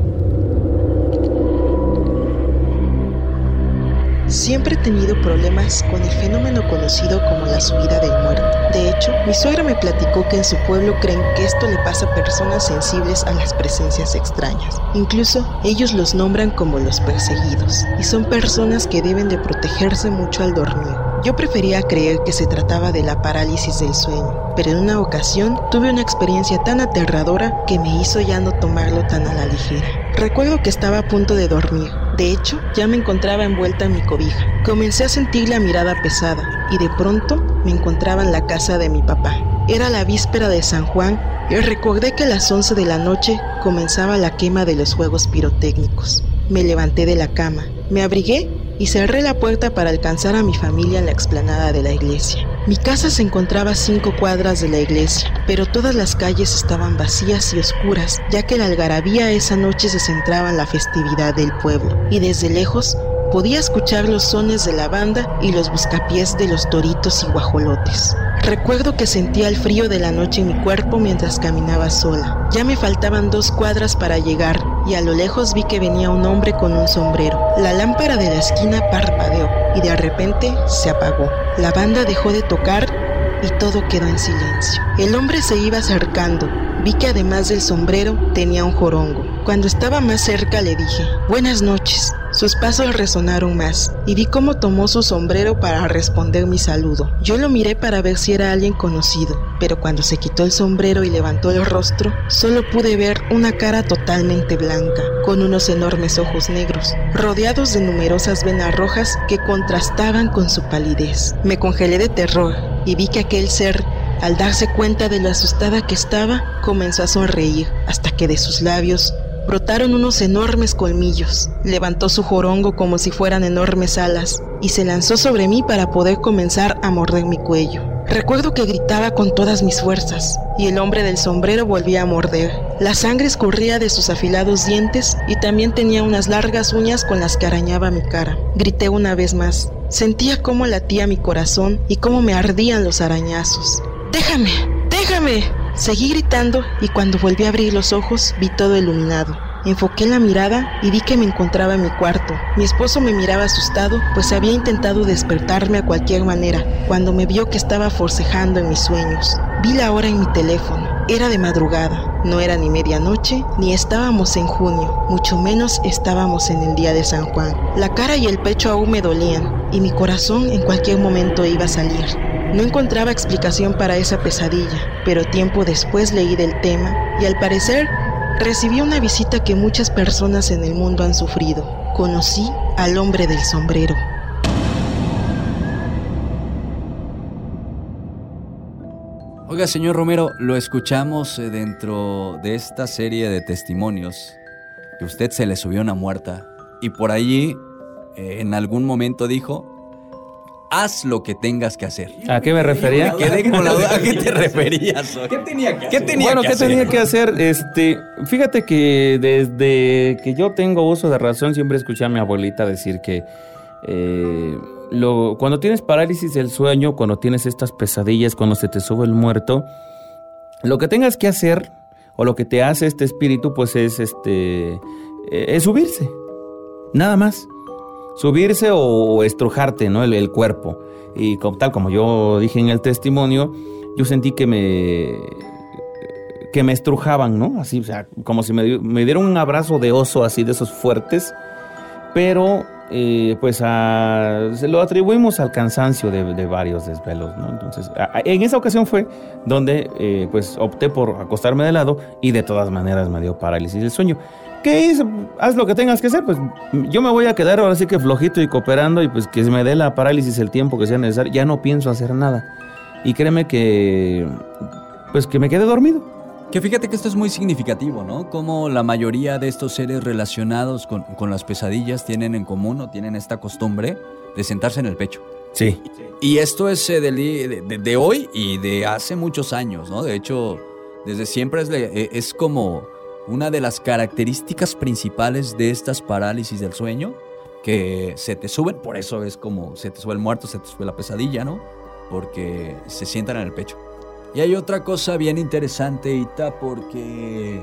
Siempre he tenido problemas con el fenómeno conocido como la subida del muerto. De hecho, mi suegra me platicó que en su pueblo creen que esto le pasa a personas sensibles a las presencias extrañas. Incluso, ellos los nombran como los perseguidos, y son personas que deben de protegerse mucho al dormir. Yo prefería creer que se trataba de la parálisis del sueño, pero en una ocasión tuve una experiencia tan aterradora que me hizo ya no tomarlo tan a la ligera. Recuerdo que estaba a punto de dormir. De hecho, ya me encontraba envuelta en mi cobija. Comencé a sentir la mirada pesada y de pronto me encontraba en la casa de mi papá. Era la víspera de San Juan y recordé que a las 11 de la noche comenzaba la quema de los fuegos pirotécnicos. Me levanté de la cama, me abrigué y cerré la puerta para alcanzar a mi familia en la explanada de la iglesia. Mi casa se encontraba a 5 cuadras de la iglesia, pero todas las calles estaban vacías y oscuras, ya que la algarabía esa noche se centraba en la festividad del pueblo, y desde lejos podía escuchar los sones de la banda y los buscapiés de los toritos y guajolotes. Recuerdo que sentía el frío de la noche en mi cuerpo mientras caminaba sola. Ya me faltaban 2 cuadras para llegar y a lo lejos vi que venía un hombre con un sombrero. La lámpara de la esquina parpadeó y de repente se apagó. La banda dejó de tocar y todo quedó en silencio. El hombre se iba acercando. Vi que además del sombrero tenía un jorongo. Cuando estaba más cerca le dije, «Buenas noches». Sus pasos resonaron más y vi cómo tomó su sombrero para responder mi saludo. Yo lo miré para ver si era alguien conocido, pero cuando se quitó el sombrero y levantó el rostro, solo pude ver una cara totalmente blanca, con unos enormes ojos negros, rodeados de numerosas venas rojas que contrastaban con su palidez. Me congelé de terror y vi que aquel ser, al darse cuenta de lo asustada que estaba, comenzó a sonreír, hasta que de sus labios brotaron unos enormes colmillos. Levantó su jorongo como si fueran enormes alas y se lanzó sobre mí para poder comenzar a morder mi cuello. Recuerdo que gritaba con todas mis fuerzas y el hombre del sombrero volvía a morder. La sangre escurría de sus afilados dientes y también tenía unas largas uñas con las que arañaba mi cara. Grité una vez más. Sentía cómo latía mi corazón y cómo me ardían los arañazos. ¡Déjame! ¡Déjame! Seguí gritando y cuando volví a abrir los ojos vi todo iluminado. Enfoqué la mirada y vi que me encontraba en mi cuarto. Mi esposo me miraba asustado, pues había intentado despertarme a cualquier manera, cuando me vio que estaba forcejando en mis sueños. Vi la hora en mi teléfono. Era de madrugada. No era ni medianoche, ni estábamos en junio, mucho menos estábamos en el día de San Juan. La cara y el pecho aún me dolían, y mi corazón en cualquier momento iba a salir. No encontraba explicación para esa pesadilla, pero tiempo después leí del tema y al parecer recibí una visita que muchas personas en el mundo han sufrido. Conocí al hombre del sombrero.
Oiga, señor Romero, lo escuchamos dentro de esta serie de testimonios que usted se le subió una muerta y por allí en algún momento dijo: haz lo que tengas que hacer.
¿A qué me refería?
Me quedé con la duda. ¿A qué te referías?
¿Qué tenía que hacer? Fíjate que desde que yo tengo uso de razón siempre escuché a mi abuelita decir que cuando tienes parálisis del sueño, cuando tienes estas pesadillas, cuando se te sube el muerto, lo que tengas que hacer o lo que te hace este espíritu, pues es subirse. Nada más. Subirse o estrujarte, ¿no? el cuerpo. Y tal como yo dije en el testimonio, yo sentí que me estrujaban, ¿no? Así, o sea, como si me dieron un abrazo de oso, así de esos fuertes. Pero, se lo atribuimos al cansancio de varios desvelos, ¿no? Entonces, en esa ocasión fue donde, opté por acostarme de lado y de todas maneras me dio parálisis del sueño. ¿Qué es? Haz lo que tengas que hacer, pues yo me voy a quedar ahora sí que flojito y cooperando y pues que se me dé la parálisis el tiempo que sea necesario. Ya no pienso hacer nada. Y créeme que me quedé dormido.
Que fíjate que esto es muy significativo, ¿no? Como la mayoría de estos seres relacionados con las pesadillas tienen en común o tienen esta costumbre de sentarse en el pecho.
Sí.
Y esto es de hoy y de hace muchos años, ¿no? De hecho, desde siempre es como una de las características principales de estas parálisis del sueño, que se te suben, por eso es como se te sube el muerto, se te sube la pesadilla, ¿no? Porque se sientan en el pecho. Y hay otra cosa bien interesante, Ita, porque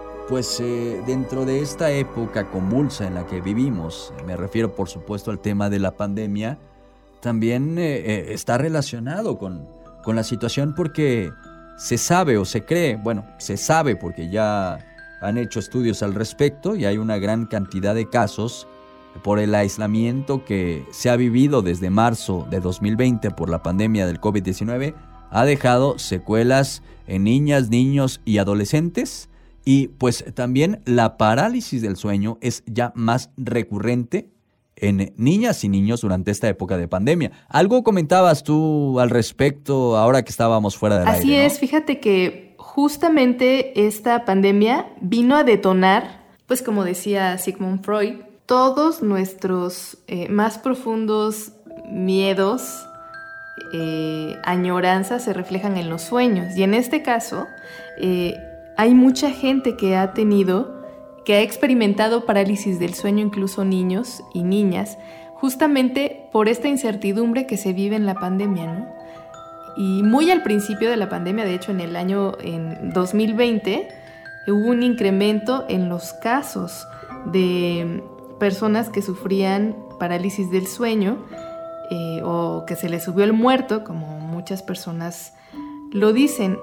dentro de esta época convulsa en la que vivimos, me refiero por supuesto al tema de la pandemia, también está relacionado con la situación porque se sabe o se cree, se sabe porque ya han hecho estudios al respecto y hay una gran cantidad de casos por el aislamiento que se ha vivido desde marzo de 2020 por la pandemia del COVID-19, ha dejado secuelas en niñas, niños y adolescentes, y pues también la parálisis del sueño es ya más recurrente en niñas y niños durante esta época de pandemia. ¿Algo comentabas tú al respecto ahora que estábamos fuera del aire?
Así es, ¿no? Fíjate que justamente esta pandemia vino a detonar, pues como decía Sigmund Freud, todos nuestros más profundos miedos, añoranzas se reflejan en los sueños. Y en este caso, hay mucha gente que ha experimentado parálisis del sueño, incluso niños y niñas, justamente por esta incertidumbre que se vive en la pandemia, ¿no? Y muy al principio de la pandemia, de hecho en 2020, hubo un incremento en los casos de personas que sufrían parálisis del sueño o que se les subió el muerto, como muchas personas lo dicen.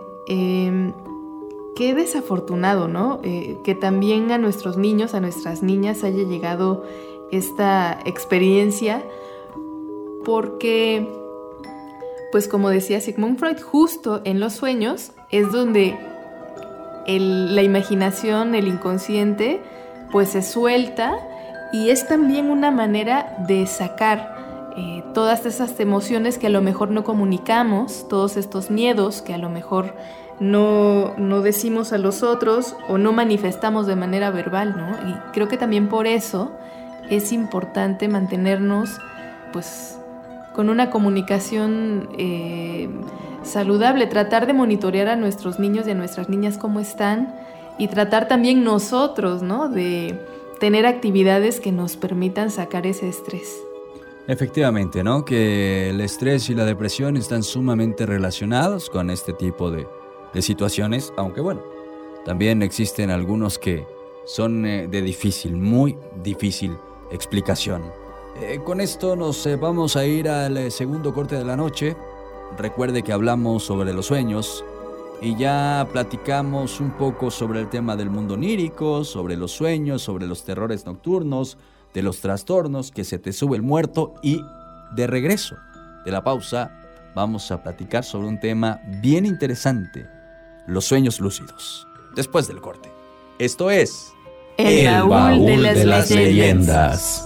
Qué desafortunado, ¿no? Que también a nuestros niños, a nuestras niñas haya llegado esta experiencia porque, pues como decía Sigmund Freud, justo en los sueños es donde la imaginación, el inconsciente, pues se suelta y es también una manera de sacar todas esas emociones que a lo mejor no comunicamos, todos estos miedos que a lo mejor no decimos a los otros o no manifestamos de manera verbal, ¿no? Y creo que también por eso es importante mantenernos pues con una comunicación saludable, tratar de monitorear a nuestros niños y a nuestras niñas cómo están y tratar también nosotros, ¿no?, de tener actividades que nos permitan sacar ese estrés.
Efectivamente, ¿no? Que el estrés y la depresión están sumamente relacionados con este tipo de situaciones, aunque bueno, también existen algunos que son de muy difícil explicación. Con esto nos vamos a ir al segundo corte de la noche. Recuerde que hablamos sobre los sueños y ya platicamos un poco sobre el tema del mundo onírico, sobre los sueños, sobre los terrores nocturnos, de los trastornos, que se te sube el muerto, y de regreso de la pausa vamos a platicar sobre un tema bien interesante: los sueños lúcidos. Después del corte. Esto es
El Baúl de las Leyendas.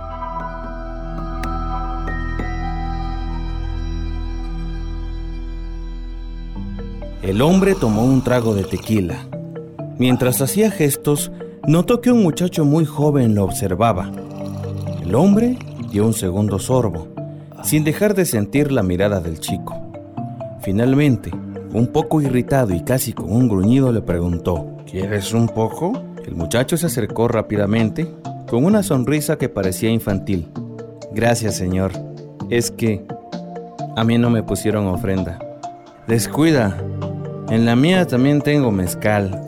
El hombre tomó un trago de tequila. Mientras hacía gestos, notó que un muchacho muy joven lo observaba. El hombre dio un segundo sorbo, sin dejar de sentir la mirada del chico. Finalmente, un poco irritado y casi con un gruñido, le preguntó: ¿Quieres un poco? El muchacho se acercó rápidamente, con una sonrisa que parecía infantil. Gracias, señor. Es que a mí no me pusieron ofrenda. Descuida, en la mía también tengo mezcal.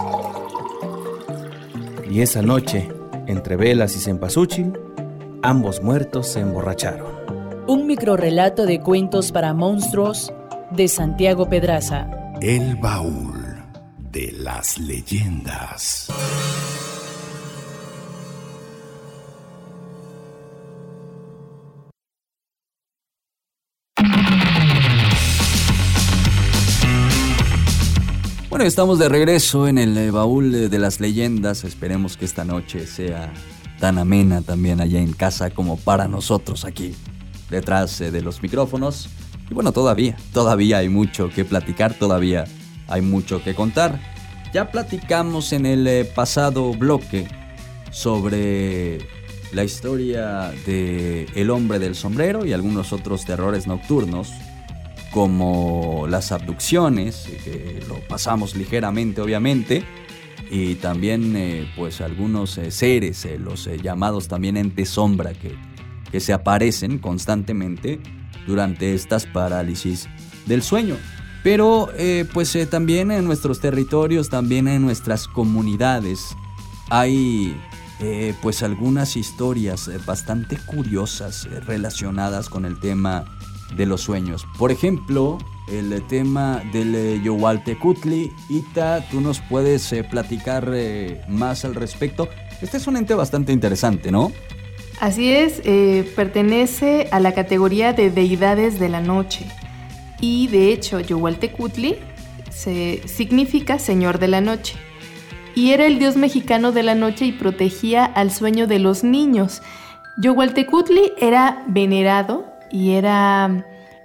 Y esa noche, entre velas y cempasúchil, ambos muertos se emborracharon.
Un microrrelato de cuentos para monstruos de Santiago Pedraza.
El Baúl de las Leyendas.
Bueno, estamos de regreso en el Baúl de las Leyendas. Esperemos que esta noche sea tan amena también allá en casa como para nosotros aquí detrás de los micrófonos. Y bueno, todavía hay mucho que platicar, todavía hay mucho que contar. Ya platicamos en el pasado bloque sobre la historia de El Hombre del Sombrero y algunos otros terrores nocturnos, como las abducciones, que lo pasamos ligeramente obviamente, y también pues algunos seres, los llamados también entes sombra, que se aparecen constantemente durante estas parálisis del sueño. Pero también en nuestros territorios, también en nuestras comunidades hay pues algunas historias bastante curiosas relacionadas con el tema de los sueños. Por ejemplo, el tema del Yohualtecutli. Ita, ¿tú nos puedes platicar más al respecto? Este es un ente bastante interesante, ¿no?
Así es, pertenece a la categoría de deidades de la noche. Y de hecho, Yohualtecutli significa Señor de la Noche. Y era el dios mexicano de la noche y protegía al sueño de los niños. Yohualtecutli era venerado y era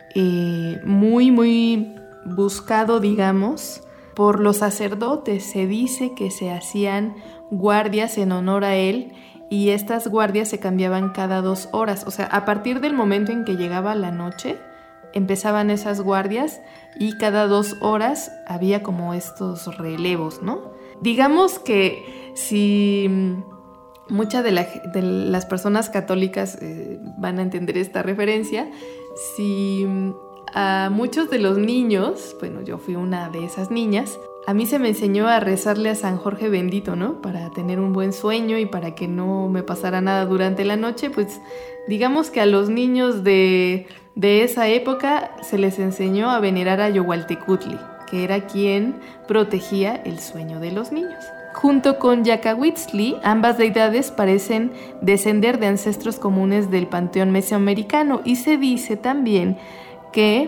muy, muy buscado, digamos, por los sacerdotes. Se dice que se hacían guardias en honor a él y estas guardias se cambiaban cada 2 horas. O sea, a partir del momento en que llegaba la noche, empezaban esas guardias y cada 2 horas había como estos relevos, ¿no? Digamos que si muchas de las personas católicas van a entender esta referencia, si a muchos de los niños, bueno, yo fui una de esas niñas, a mí se me enseñó a rezarle a San Jorge Bendito, ¿no? Para tener un buen sueño y para que no me pasara nada durante la noche, pues digamos que a los niños de esa época se les enseñó a venerar a Yohualtecutli, que era quien protegía el sueño de los niños. Junto con Yacahuitzli, ambas deidades parecen descender de ancestros comunes del panteón mesoamericano, y se dice también que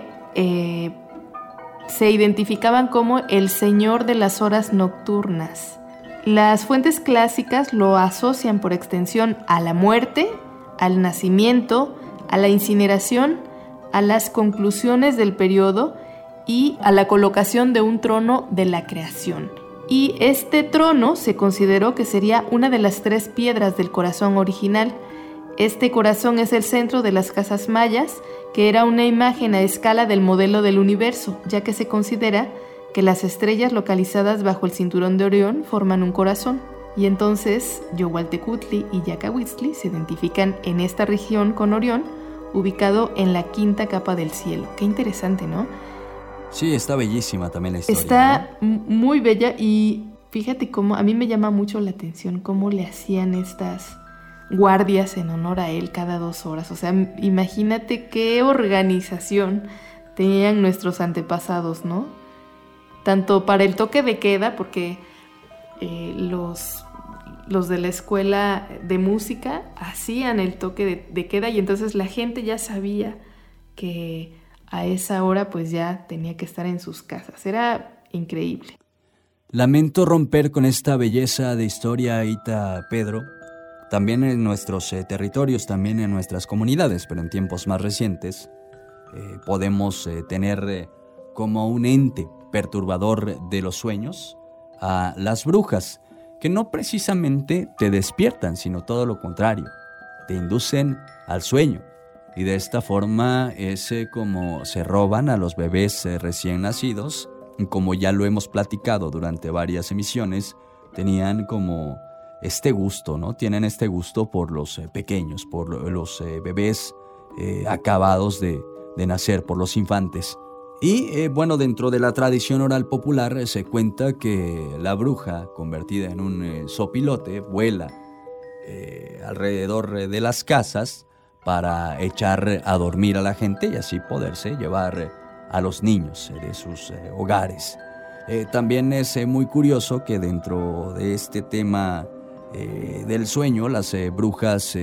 se identificaban como el señor de las horas nocturnas. Las fuentes clásicas lo asocian por extensión a la muerte, al nacimiento, a la incineración, a las conclusiones del periodo y a la colocación de un trono de la creación. Y este trono se consideró que sería una de las 3 piedras del corazón original. Este corazón es el centro de las casas mayas, que era una imagen a escala del modelo del universo, ya que se considera que las estrellas localizadas bajo el cinturón de Orión forman un corazón. Y entonces Yohualtecutli y Yacahuitzli se identifican en esta región con Orión, ubicado en la 5ª capa del cielo. Qué interesante, ¿no?
Sí, está bellísima también la historia.
Está muy bella, y fíjate cómo a mí me llama mucho la atención cómo le hacían estas guardias en honor a él cada 2 horas. O sea, imagínate qué organización tenían nuestros antepasados, ¿no? Tanto para el toque de queda, porque los de la escuela de música hacían el toque de queda, y entonces la gente ya sabía que a esa hora pues ya tenía que estar en sus casas. Era increíble.
Lamento romper con esta belleza de historia, Ita, Pedro, también en nuestros territorios, también en nuestras comunidades, pero en tiempos más recientes podemos tener como un ente perturbador de los sueños a las brujas, que no precisamente te despiertan, sino todo lo contrario, te inducen al sueño. Y de esta forma es como se roban a los bebés recién nacidos. Como ya lo hemos platicado durante varias emisiones, tenían como este gusto, ¿no? Tienen este gusto por los pequeños, por los bebés acabados de nacer, por los infantes. Y bueno, dentro de la tradición oral popular se cuenta que la bruja, convertida en un sopilote, vuela alrededor de las casas para echar a dormir a la gente y así poderse llevar a los niños de sus hogares. También es muy curioso que dentro de este tema del sueño, las brujas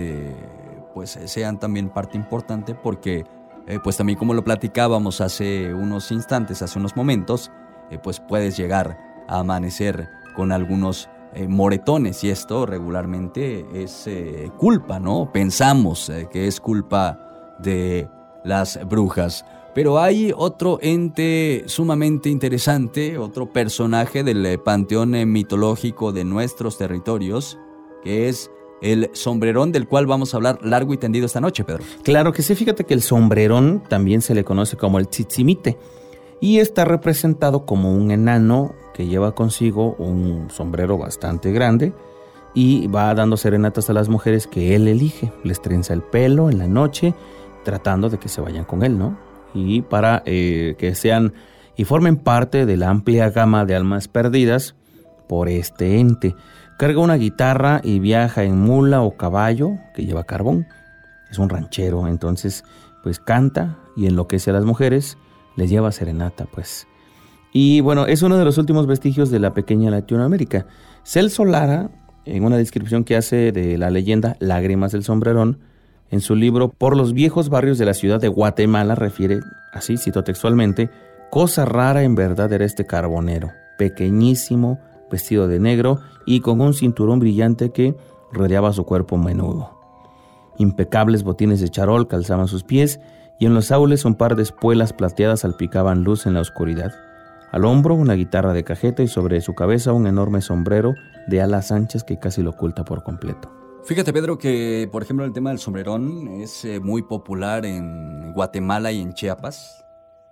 pues sean también parte importante, porque pues también, como lo platicábamos hace unos instantes, hace unos momentos, pues puedes llegar a amanecer con algunos moretones, y esto regularmente es culpa, ¿no? Pensamos que es culpa de las brujas. Pero hay otro ente sumamente interesante, otro personaje del panteón mitológico de nuestros territorios, que es el sombrerón, del cual vamos a hablar largo y tendido esta noche, Pedro.
Claro que sí, fíjate que el sombrerón también se le conoce como el tzitzimite, y está representado como un enano que lleva consigo un sombrero bastante grande y va dando serenatas a las mujeres que él elige. Les trenza el pelo en la noche, tratando de que se vayan con él, ¿no? Y para que sean y formen parte de la amplia gama de almas perdidas por este ente. Carga una guitarra y viaja en mula o caballo que lleva carbón. Es un ranchero, entonces pues canta y enloquece a las mujeres, les lleva serenata, pues. Y bueno, es uno de los últimos vestigios de la pequeña Latinoamérica. Celso Lara, en una descripción que hace de la leyenda Lágrimas del Sombrerón, en su libro Por los viejos barrios de la ciudad de Guatemala, refiere, así cito textualmente: cosa rara en verdad era este carbonero, pequeñísimo, vestido de negro y con un cinturón brillante que rodeaba su cuerpo menudo. Impecables botines de charol calzaban sus pies, y en los saules un par de espuelas plateadas salpicaban luz en la oscuridad. Al hombro una guitarra de cajeta y sobre su cabeza un enorme sombrero de alas anchas que casi lo oculta por completo.
Fíjate, Pedro, que por ejemplo el tema del sombrerón es muy popular en Guatemala y en Chiapas.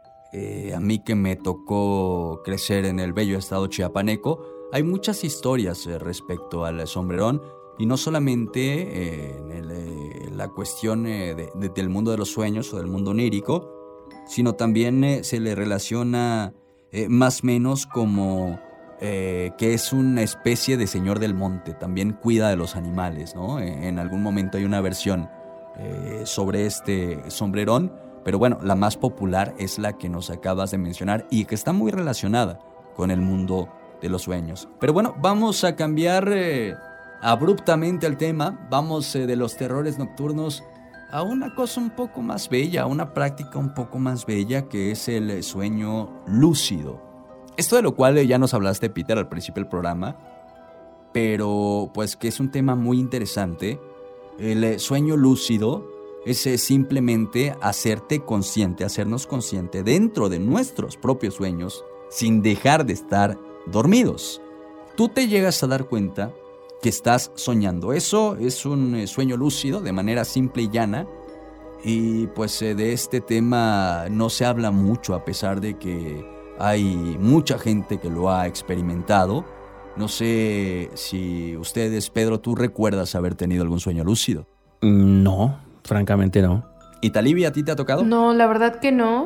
A mí, que me tocó crecer en el bello estado chiapaneco, hay muchas historias respecto al sombrerón, y no solamente en la cuestión del mundo de los sueños o del mundo onírico, sino también se le relaciona más o menos como que es una especie de señor del monte, también cuida de los animales, ¿no? En algún momento hay una versión sobre este sombrerón, pero bueno, la más popular es la que nos acabas de mencionar y que está muy relacionada con el mundo los sueños. Pero bueno, vamos a cambiar abruptamente el tema. Vamos de los terrores nocturnos a una cosa un poco más bella, a una práctica un poco más bella, que es el sueño lúcido. Esto de lo cual ya nos hablaste, Peter, al principio del programa, pero pues que es un tema muy interesante. El sueño lúcido es simplemente hacerte consciente, hacernos consciente dentro de nuestros propios sueños, sin dejar de estar dormidos. Tú te llegas a dar cuenta que estás soñando. Eso es un sueño lúcido, de manera simple y llana. Y pues de este tema no se habla mucho, a pesar de que hay mucha gente que lo ha experimentado. No sé si ustedes, Pedro, ¿tú recuerdas haber tenido algún sueño lúcido?
No, francamente no.
¿Y Talibi, a ti te ha tocado?
No, la verdad que no.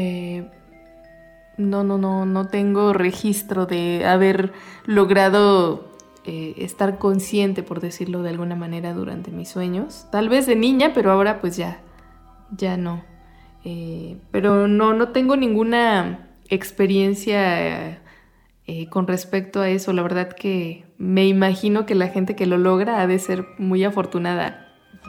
No tengo registro de haber logrado estar consciente, por decirlo de alguna manera, durante mis sueños. Tal vez de niña, pero ahora pues ya no. Pero no tengo ninguna experiencia con respecto a eso. La verdad que me imagino que la gente que lo logra ha de ser muy afortunada.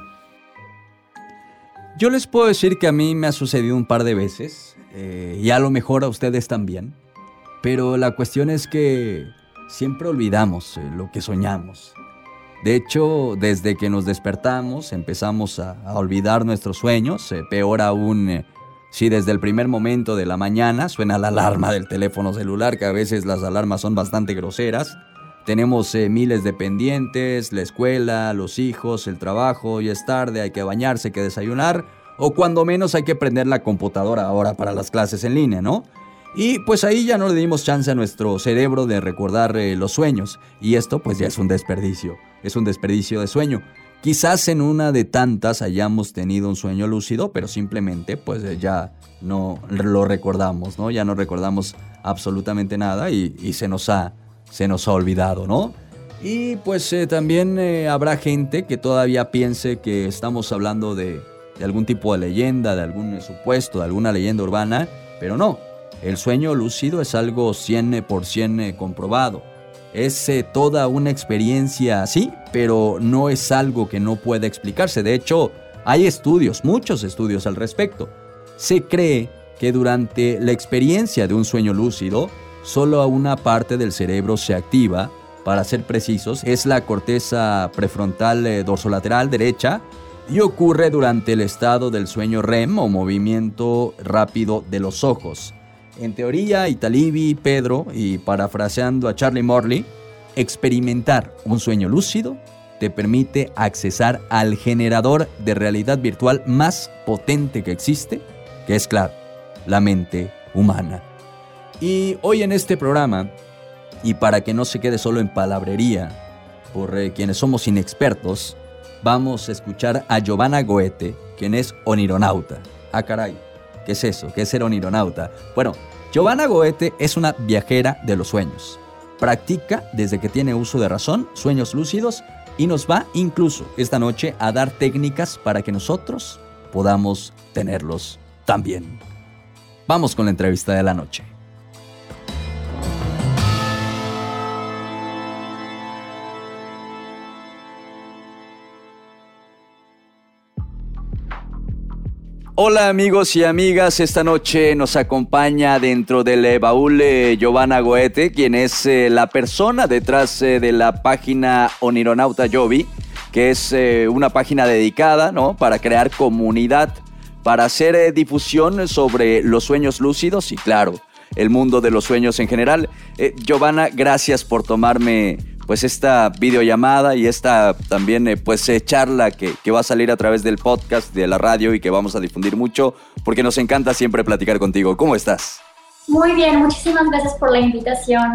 Yo les puedo decir que a mí me ha sucedido un par de veces, y a lo mejor a ustedes también, pero la cuestión es que siempre olvidamos lo que soñamos. De hecho, desde que nos despertamos empezamos a olvidar nuestros sueños, peor aún si desde el primer momento de la mañana suena la alarma del teléfono celular, que a veces las alarmas son bastante groseras. Tenemos miles de pendientes, la escuela, los hijos, el trabajo, ya es tarde, hay que bañarse, hay que desayunar, o cuando menos hay que prender la computadora ahora para las clases en línea, ¿no? Y pues ahí ya no le dimos chance a nuestro cerebro de recordar los sueños, y esto pues ya es un desperdicio de sueño. Quizás en una de tantas hayamos tenido un sueño lúcido, pero simplemente pues ya no lo recordamos, ¿no? Ya no recordamos absolutamente nada y se nos ha olvidado, ¿no? Y pues también habrá gente que todavía piense que estamos hablando de algún tipo de leyenda, de algún supuesto, de alguna leyenda urbana, pero no. El sueño lúcido es algo 100% comprobado. Es toda una experiencia, sí, pero no es algo que no pueda explicarse. De hecho, hay estudios, muchos estudios al respecto. Se cree que durante la experiencia de un sueño lúcido, solo una parte del cerebro se activa. Para ser precisos, es la corteza prefrontal dorsolateral derecha, y ocurre durante el estado del sueño REM, o movimiento rápido de los ojos. En teoría, Italibi, Pedro, y parafraseando a Charlie Morley, experimentar un sueño lúcido te permite accesar al generador de realidad virtual más potente que existe, que es, claro, la mente humana. Y hoy en este programa, y para que no se quede solo en palabrería, por quienes somos inexpertos, vamos a escuchar a Giovanna Goethe, quien es onironauta. Ah, caray, ¿qué es eso? ¿Qué es ser onironauta? Bueno, Giovanna Goethe es una viajera de los sueños. Practica, desde que tiene uso de razón, sueños lúcidos, y nos va incluso esta noche a dar técnicas para que nosotros podamos tenerlos también. Vamos con la entrevista de la noche. Hola amigos y amigas, esta noche nos acompaña dentro del baúl Giovanna Goethe, quien es la persona detrás de la página Onironauta Yobi, que es una página dedicada, ¿no?, para crear comunidad, para hacer difusión sobre los sueños lúcidos y, claro, el mundo de los sueños en general. Giovanna, gracias por tomarme pues esta videollamada y esta también charla que va a salir a través del podcast de la radio y que vamos a difundir mucho, porque nos encanta siempre platicar contigo. ¿Cómo estás?
Muy bien, muchísimas gracias por la invitación.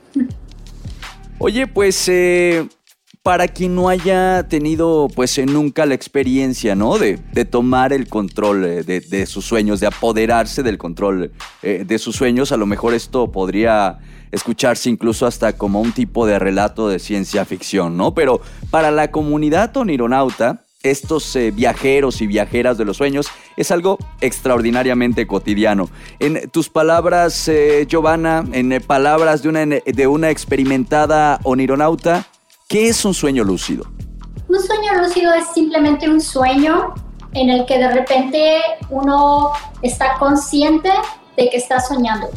Oye, pues para quien no haya tenido pues nunca la experiencia, ¿no?, de tomar el control de sus sueños, de apoderarse del control de sus sueños, a lo mejor esto podría escucharse incluso hasta como un tipo de relato de ciencia ficción, ¿no? Pero para la comunidad onironauta, estos viajeros y viajeras de los sueños es algo extraordinariamente cotidiano. En tus palabras, Giovanna, en palabras de una experimentada onironauta, ¿qué es un sueño lúcido?
Un sueño lúcido es simplemente un sueño en el que de repente uno está consciente de que está soñando.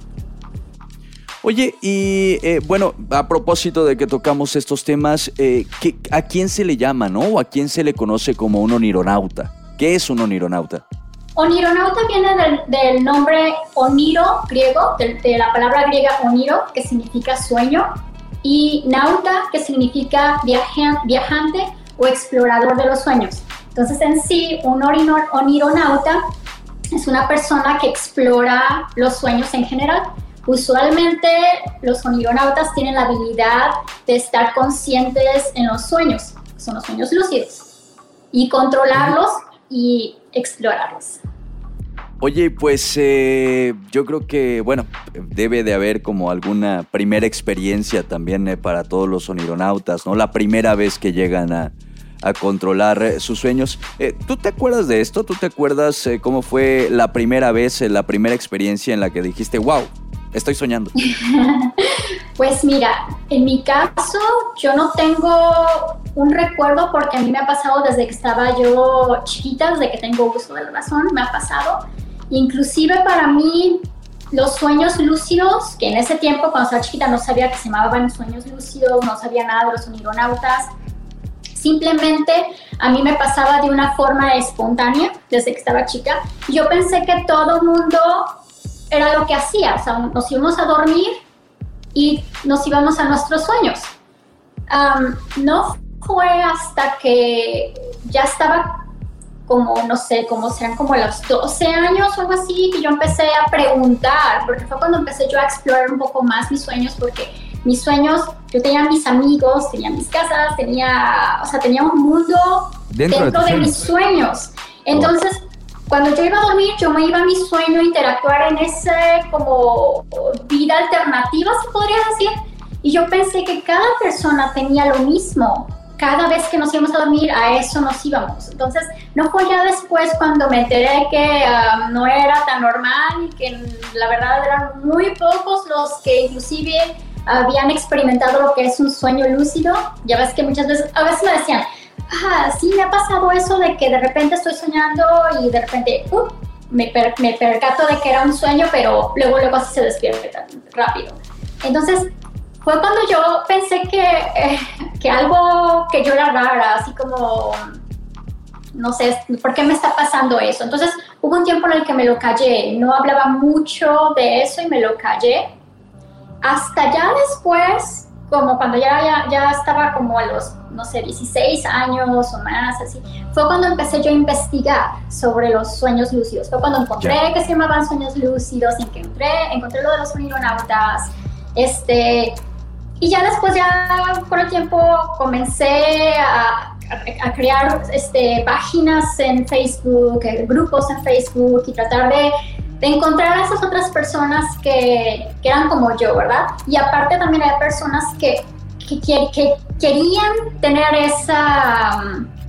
Oye, y bueno, a propósito de que tocamos estos temas, ¿a quién se le llama, no? ¿O a quién se le conoce como un onironauta? ¿Qué es un onironauta?
Onironauta viene del nombre oniro griego, de la palabra griega oniro, que significa sueño, y nauta, que significa viajante o explorador de los sueños. Entonces, en sí, un onironauta es una persona que explora los sueños en general. Usualmente, los onironautas tienen la habilidad de estar conscientes en los sueños, que son los sueños lúcidos, y controlarlos y explorarlos.
Oye, pues yo creo que, bueno, debe de haber como alguna primera experiencia también para todos los onironautas, ¿no? La primera vez que llegan a controlar sus sueños. ¿Tú te acuerdas de esto? ¿Tú te acuerdas cómo fue la primera vez, la primera experiencia en la que dijiste, wow, estoy soñando?
Pues mira, en mi caso yo no tengo un recuerdo porque a mí me ha pasado desde que estaba yo chiquita, desde que tengo uso de la razón, me ha pasado. Inclusive para mí los sueños lúcidos, que en ese tiempo cuando estaba chiquita no sabía que se llamaban sueños lúcidos, no sabía nada de los onironautas, simplemente a mí me pasaba de una forma espontánea desde que estaba chica. Yo pensé que todo el mundo era lo que hacía, o sea, nos íbamos a dormir y nos íbamos a nuestros sueños. No fue hasta que ya estaba como, no sé, como serán como a los 12 años o algo así, que yo empecé a preguntar, porque fue cuando empecé yo a explorar un poco más mis sueños, porque mis sueños, yo tenía mis amigos, tenía mis casas, tenía un mundo dentro de mis sueños. Entonces, cuando yo iba a dormir, yo me iba a mi sueño a interactuar en ese como vida alternativa, se podría decir. Y yo pensé que cada persona tenía lo mismo. Cada vez que nos íbamos a dormir, a eso nos íbamos. Entonces, no fue ya después cuando me enteré que no era tan normal y que la verdad eran muy pocos los que inclusive habían experimentado lo que es un sueño lúcido. Ya ves que muchas veces, a veces me decían, sí, me ha pasado eso de que de repente estoy soñando y de repente me percato de que era un sueño, pero luego así se despierta rápido. Entonces, fue cuando yo pensé que algo, que yo era rara, así como, no sé, ¿por qué me está pasando eso? Entonces, hubo un tiempo en el que me lo callé, no hablaba mucho de eso y me lo callé. Hasta ya después, como cuando ya estaba como a los, no sé, 16 años o más, así, fue cuando empecé yo a investigar sobre los sueños lúcidos. Fue cuando encontré que se llamaban sueños lúcidos, encontré lo de los onironautas, y ya después, ya con el tiempo, comencé a crear páginas en Facebook, grupos en Facebook, y tratar de encontrar a esas otras personas que eran como yo, ¿verdad? Y aparte también hay personas que querían tener esa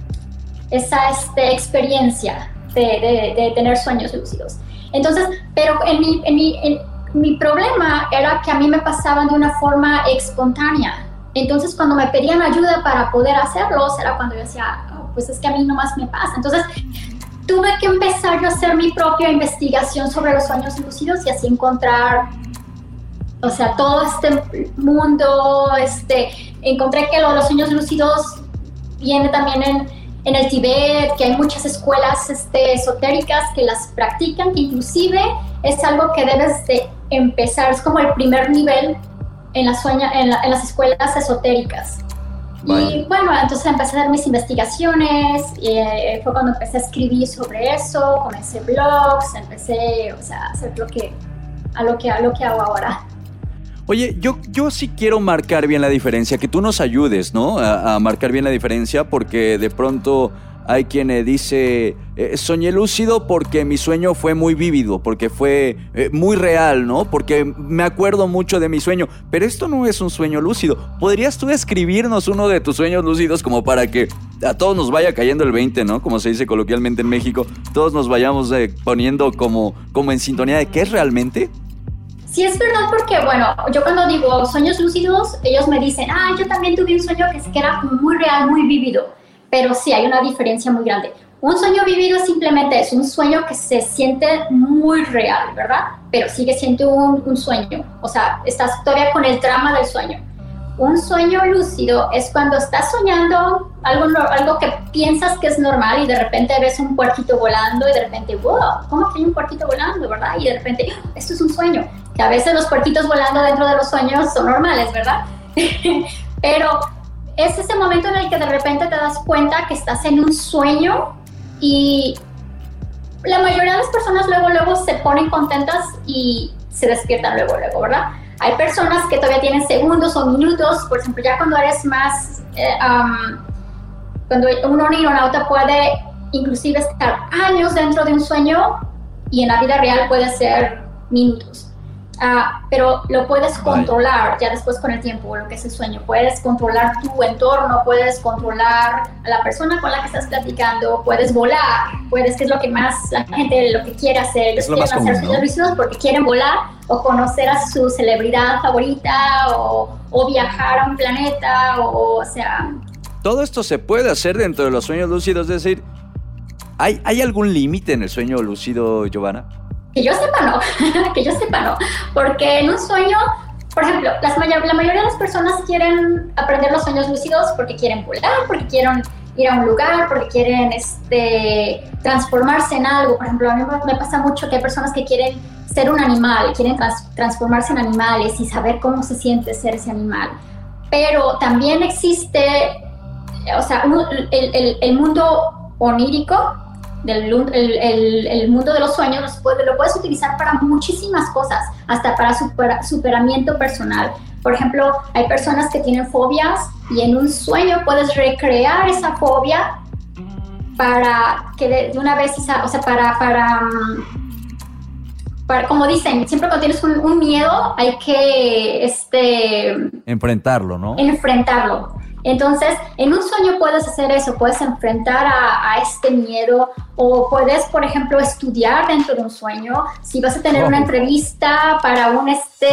experiencia de tener sueños lúcidos. Entonces, pero mi problema era que a mí me pasaban de una forma espontánea. Entonces, cuando me pedían ayuda para poder hacerlos, era cuando yo decía, pues es que a mí nomás me pasa. Entonces, tuve que empezar yo a hacer mi propia investigación sobre los sueños lúcidos y así encontrar, o sea, todo este mundo. Encontré que lo de los sueños lúcidos viene también en el Tíbet, que hay muchas escuelas esotéricas que las practican, que inclusive es algo que debes de empezar, es como el primer nivel en las escuelas esotéricas. Vale. Y bueno, entonces empecé a hacer mis investigaciones, y fue cuando empecé a escribir sobre eso, comencé blogs, empecé, o sea, a hacer lo que hago ahora.
Oye, yo sí quiero marcar bien la diferencia, que tú nos ayudes, ¿no? A marcar bien la diferencia, porque de pronto hay quien dice, soñé lúcido porque mi sueño fue muy vívido, porque fue muy real, ¿no? Porque me acuerdo mucho de mi sueño, pero esto no es un sueño lúcido. ¿Podrías tú describirnos uno de tus sueños lúcidos como para que a todos nos vaya cayendo el 20, ¿no? Como se dice coloquialmente en México, todos nos vayamos poniendo como en sintonía de qué es realmente.
Sí, es verdad, porque bueno, yo cuando digo sueños lúcidos, ellos me dicen, yo también tuve un sueño que era muy real, muy vívido, pero sí, hay una diferencia muy grande. Un sueño vivido simplemente es un sueño que se siente muy real, ¿verdad? Pero sigue siendo un sueño, o sea, estás todavía con el drama del sueño. Un sueño lúcido es cuando estás soñando algo que piensas que es normal y de repente ves un puerquito volando y de repente, wow, ¿cómo que hay un puerquito volando, verdad? Y de repente, esto es un sueño. Que a veces los puerquitos volando dentro de los sueños son normales, ¿verdad? Pero es ese momento en el que de repente te das cuenta que estás en un sueño y la mayoría de las personas luego se ponen contentas y se despiertan luego, ¿verdad? Hay personas que todavía tienen segundos o minutos, por ejemplo, ya cuando eres más, cuando un neuronauta puede inclusive estar años dentro de un sueño y en la vida real puede ser minutos. Pero lo puedes controlar ya después con el tiempo, lo que es el sueño. Puedes controlar tu entorno, puedes controlar a la persona con la que estás platicando, puedes volar, que es lo que más la gente lo que quiere hacer. Ellos quieren hacer sueños lúcidos porque quieren volar o conocer a su celebridad favorita o viajar a un planeta, o sea...
Todo esto se puede hacer dentro de los sueños lúcidos, es decir, ¿hay algún límite en el sueño lúcido, Giovanna?
Que yo sepa no, porque en un sueño, por ejemplo, la mayoría de las personas quieren aprender los sueños lúcidos porque quieren volar, porque quieren ir a un lugar, porque quieren transformarse en algo. Por ejemplo, a mí me pasa mucho que hay personas que quieren ser un animal, quieren transformarse en animales y saber cómo se siente ser ese animal. Pero también existe, o sea, el mundo onírico, el mundo de los sueños lo puedes utilizar para muchísimas cosas, hasta para superamiento personal. Por ejemplo, hay personas que tienen fobias y en un sueño puedes recrear esa fobia para que de una vez, o sea, para como dicen, siempre cuando tienes un miedo hay que
enfrentarlo, ¿no?
Enfrentarlo. Entonces, en un sueño puedes hacer eso, puedes enfrentar a este miedo, o puedes, por ejemplo, estudiar dentro de un sueño. Si vas a tener una entrevista para un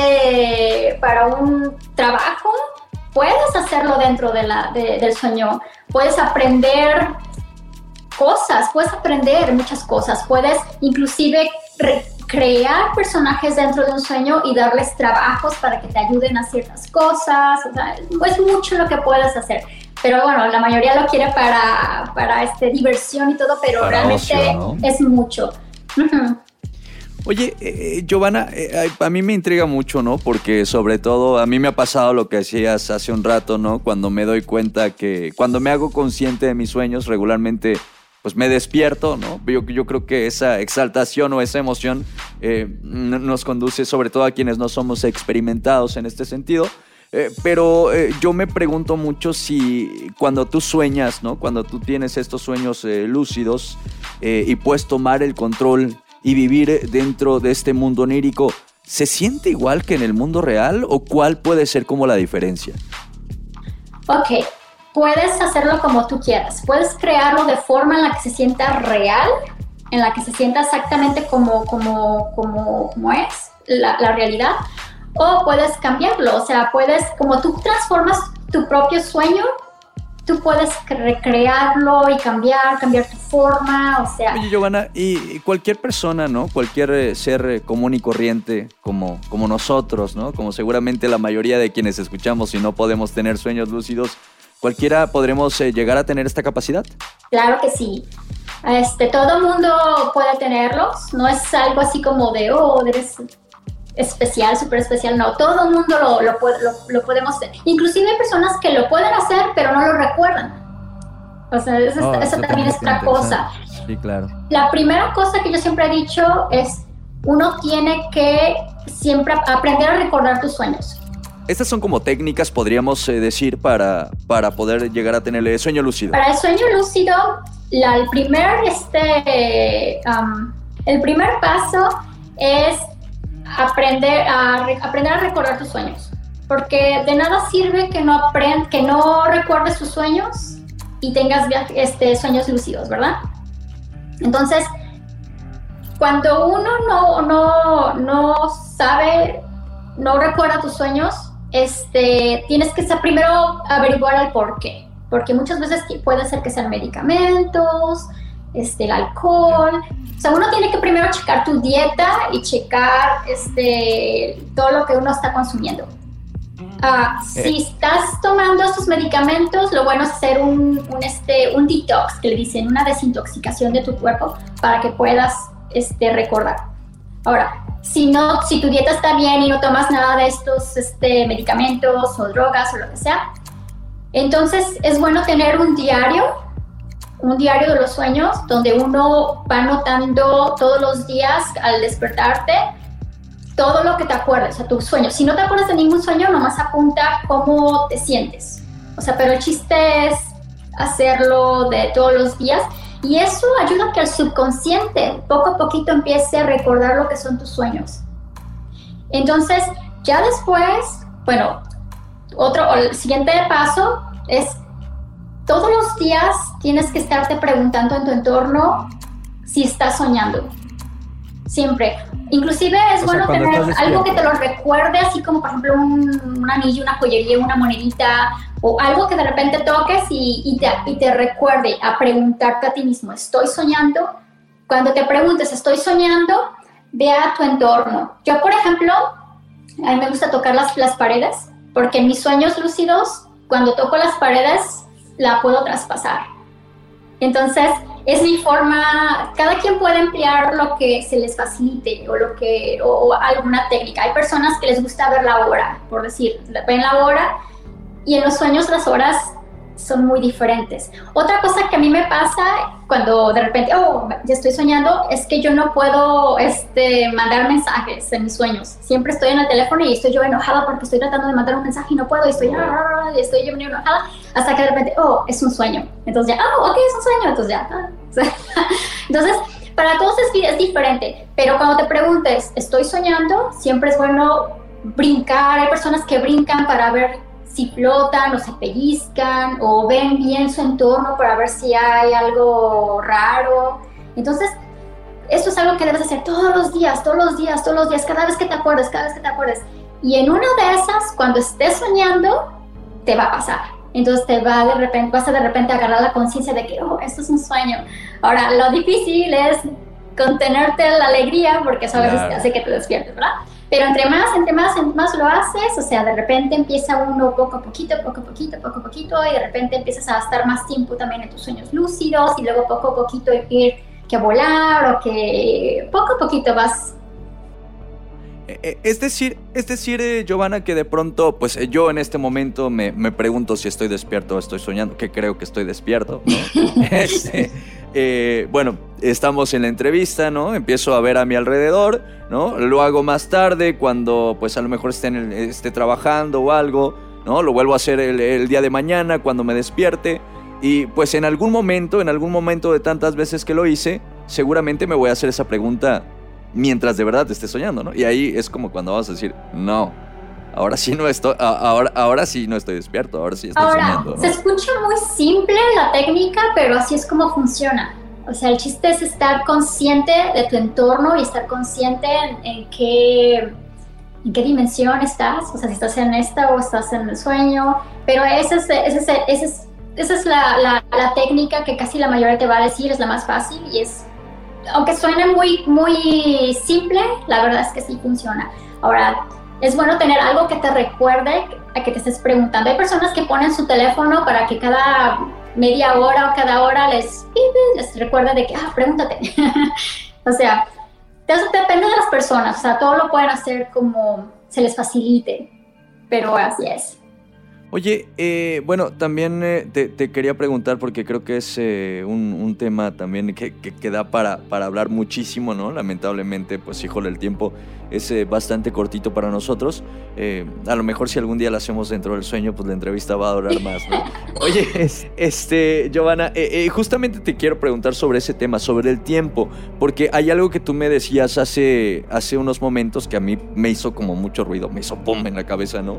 trabajo, puedes hacerlo dentro del sueño. Puedes aprender cosas, puedes aprender muchas cosas, puedes inclusive crear personajes dentro de un sueño y darles trabajos para que te ayuden a ciertas cosas. O sea, es mucho lo que puedes hacer. Pero bueno, la mayoría lo quiere para diversión y todo, pero para realmente ocio, ¿no? Es mucho. Uh-huh.
Oye, Giovanna, a mí me intriga mucho, ¿no? Porque sobre todo a mí me ha pasado lo que decías hace un rato, ¿no? Cuando me doy cuenta que cuando me hago consciente de mis sueños, regularmente pues me despierto, ¿no? Yo creo que esa exaltación o esa emoción nos conduce sobre todo a quienes no somos experimentados en este sentido. Pero yo me pregunto mucho si cuando tú sueñas, ¿no? Cuando tú tienes estos sueños lúcidos y puedes tomar el control y vivir dentro de este mundo onírico, ¿se siente igual que en el mundo real o cuál puede ser como la diferencia?
Ok. Puedes hacerlo como tú quieras. Puedes crearlo de forma en la que se sienta real, en la que se sienta exactamente como es la realidad, o puedes cambiarlo. O sea, como tú transformas tu propio sueño, tú puedes recrearlo y cambiar tu forma, o sea...
Oye, Giovanna, y cualquier persona, ¿no? Cualquier ser común y corriente como nosotros, ¿no? Como seguramente la mayoría de quienes escuchamos y no podemos tener sueños lúcidos, ¿cualquiera podremos llegar a tener esta capacidad?
Claro que sí. Todo mundo puede tenerlos. No es algo así como de, eres especial, súper especial. No, todo el mundo lo podemos hacer. Inclusive hay personas que lo pueden hacer, pero no lo recuerdan. O sea, eso también es otra cosa.
Sí, claro.
La primera cosa que yo siempre he dicho es, uno tiene que siempre aprender a recordar tus sueños.
Estas son como técnicas, podríamos decir, para poder llegar a tener el sueño lúcido.
Para el sueño lúcido, el primer paso es aprender a recordar tus sueños. Porque de nada sirve que no recuerdes tus sueños y tengas sueños lúcidos, ¿verdad? Entonces, cuando uno no sabe, no recuerda tus sueños, tienes que primero averiguar el por qué. Porque muchas veces puede ser que sean medicamentos, el alcohol. O sea, uno tiene que primero checar tu dieta y checar todo lo que uno está consumiendo. Si estás tomando estos medicamentos, lo bueno es hacer un detox, que le dicen, una desintoxicación de tu cuerpo para que puedas recordar. Ahora, si tu dieta está bien y no tomas nada de estos medicamentos o drogas o lo que sea, entonces es bueno tener un diario de los sueños, donde uno va anotando todos los días al despertarte todo lo que te acuerdes, o sea, tus sueños. Si no te acuerdas de ningún sueño, nomás apunta cómo te sientes. O sea, pero el chiste es hacerlo de todos los días, y eso ayuda a que el subconsciente poco a poquito empiece a recordar lo que son tus sueños. Entonces, ya después, bueno, el siguiente paso es, todos los días tienes que estarte preguntando en tu entorno si estás soñando. Siempre. Inclusive es bueno tener algo que te lo recuerde, así como por ejemplo un anillo, una joyería, una monedita, o algo que de repente toques y te recuerde a preguntarte a ti mismo, ¿estoy soñando? Cuando te preguntes, ¿estoy soñando?, ve a tu entorno. Yo, por ejemplo, a mí me gusta tocar las paredes, porque en mis sueños lúcidos, cuando toco las paredes, la puedo traspasar. Entonces, es mi forma. Cada quien puede emplear lo que se les facilite o alguna técnica. Hay personas que les gusta ver la hora, por decir, ven la hora, y en los sueños las horas son muy diferentes. Otra cosa que a mí me pasa cuando de repente, ya estoy soñando, es que yo no puedo mandar mensajes en mis sueños. Siempre estoy en el teléfono y estoy yo enojada porque estoy tratando de mandar un mensaje y no puedo, y estoy yo enojada, hasta que de repente, es un sueño. Entonces ya, ok, es un sueño, entonces ya. Entonces, para todos es diferente, pero cuando te preguntes, ¿estoy soñando?, siempre es bueno brincar. Hay personas que brincan para ver si flotan o se pellizcan, o ven bien su entorno para ver si hay algo raro. Entonces, esto es algo que debes hacer todos los días, cada vez que te acuerdes. Y en una de esas, cuando estés soñando, te va a pasar. Entonces vas a de repente agarrar la conciencia de que, esto es un sueño. Ahora, lo difícil es contenerte la alegría, porque eso a veces te hace que te despiertes, ¿verdad? Pero entre más lo haces, o sea, de repente empieza uno poco a poquito, y de repente empiezas a estar más tiempo también en tus sueños lúcidos, y luego poco a poquito ir que volar, o que poco a poquito vas.
Es decir, Giovanna, que de pronto, pues yo en este momento me pregunto si estoy despierto o estoy soñando, que creo que estoy despierto, ¿no? Bueno, estamos en la entrevista, ¿no? Empiezo a ver a mi alrededor, ¿no? Lo hago más tarde, cuando pues a lo mejor esté trabajando o algo, ¿no? Lo vuelvo a hacer el día de mañana cuando me despierte, y pues en algún momento de tantas veces que lo hice, seguramente me voy a hacer esa pregunta mientras de verdad esté soñando, ¿no? Y ahí es como cuando vas a decir, no, ahora sí no estoy, ahora sí no estoy despierto, ahora sí estoy soñando, ¿no? Se
escucha muy simple la técnica, pero así es como funciona. O sea, el chiste es estar consciente de tu entorno y estar consciente en qué dimensión estás. O sea, si estás en esta o estás en el sueño. Pero esa es la técnica que casi la mayoría te va a decir, es la más fácil, y es, aunque suene muy, muy simple, la verdad es que sí funciona. Ahora, es bueno tener algo que te recuerde a que te estés preguntando. Hay personas que ponen su teléfono para que cada media hora o cada hora les recuerde de que, pregúntate. O sea, eso depende de las personas. O sea, todo lo pueden hacer como se les facilite, pero así es.
Oye, bueno, también te quería preguntar, porque creo que es un tema también que da para hablar muchísimo, ¿no? Lamentablemente, pues híjole, el tiempo es bastante cortito para nosotros. A lo mejor si algún día lo hacemos dentro del sueño, pues la entrevista va a durar más, ¿no? Oye, Giovanna, justamente te quiero preguntar sobre ese tema, sobre el tiempo, porque hay algo que tú me decías hace unos momentos que a mí me hizo como mucho ruido, me hizo pum en la cabeza, ¿no?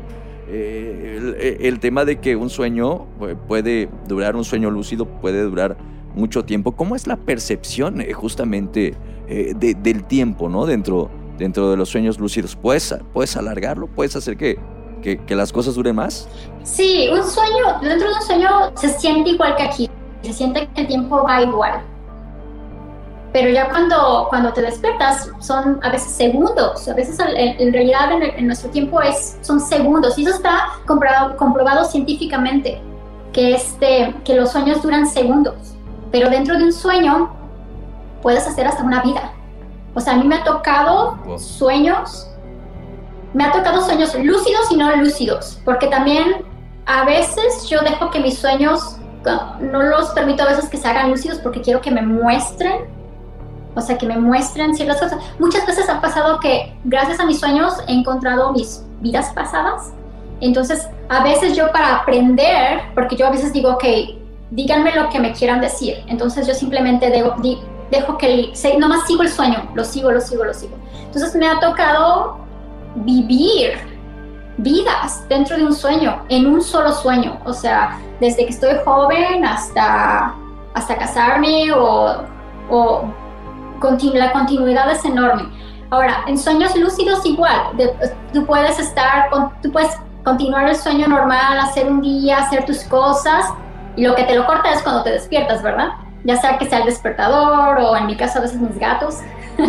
el tema de que un sueño lúcido puede durar mucho tiempo. ¿Cómo es la percepción justamente del tiempo, ¿no? Dentro de los sueños lúcidos? ¿Puedes alargarlo? ¿Puedes hacer que las cosas duren más?
Sí, dentro de un sueño se siente igual que aquí. Se siente que el tiempo va igual. Pero ya cuando te despiertas son a veces segundos, a veces en realidad en nuestro tiempo son segundos, y eso está comprobado científicamente, que los sueños duran segundos, pero dentro de un sueño puedes hacer hasta una vida. O sea, a mí me ha tocado sueños lúcidos y no lúcidos, porque también a veces yo dejo que mis sueños, no los permito a veces que se hagan lúcidos porque quiero que me muestren. O sea, que me muestren ciertas cosas. Muchas veces ha pasado que gracias a mis sueños he encontrado mis vidas pasadas. Entonces, a veces yo para aprender, porque yo a veces digo, ok, díganme lo que me quieran decir. Entonces yo simplemente dejo que nomás sigo el sueño, lo sigo. Entonces me ha tocado vivir vidas dentro de un sueño, en un solo sueño. O sea, desde que estoy joven hasta casarme la continuidad es enorme. Ahora, en sueños lúcidos igual, tú puedes continuar el sueño normal, hacer un día, hacer tus cosas, y lo que te lo corta es cuando te despiertas, ¿verdad? Ya sea que sea el despertador o en mi caso a veces mis gatos.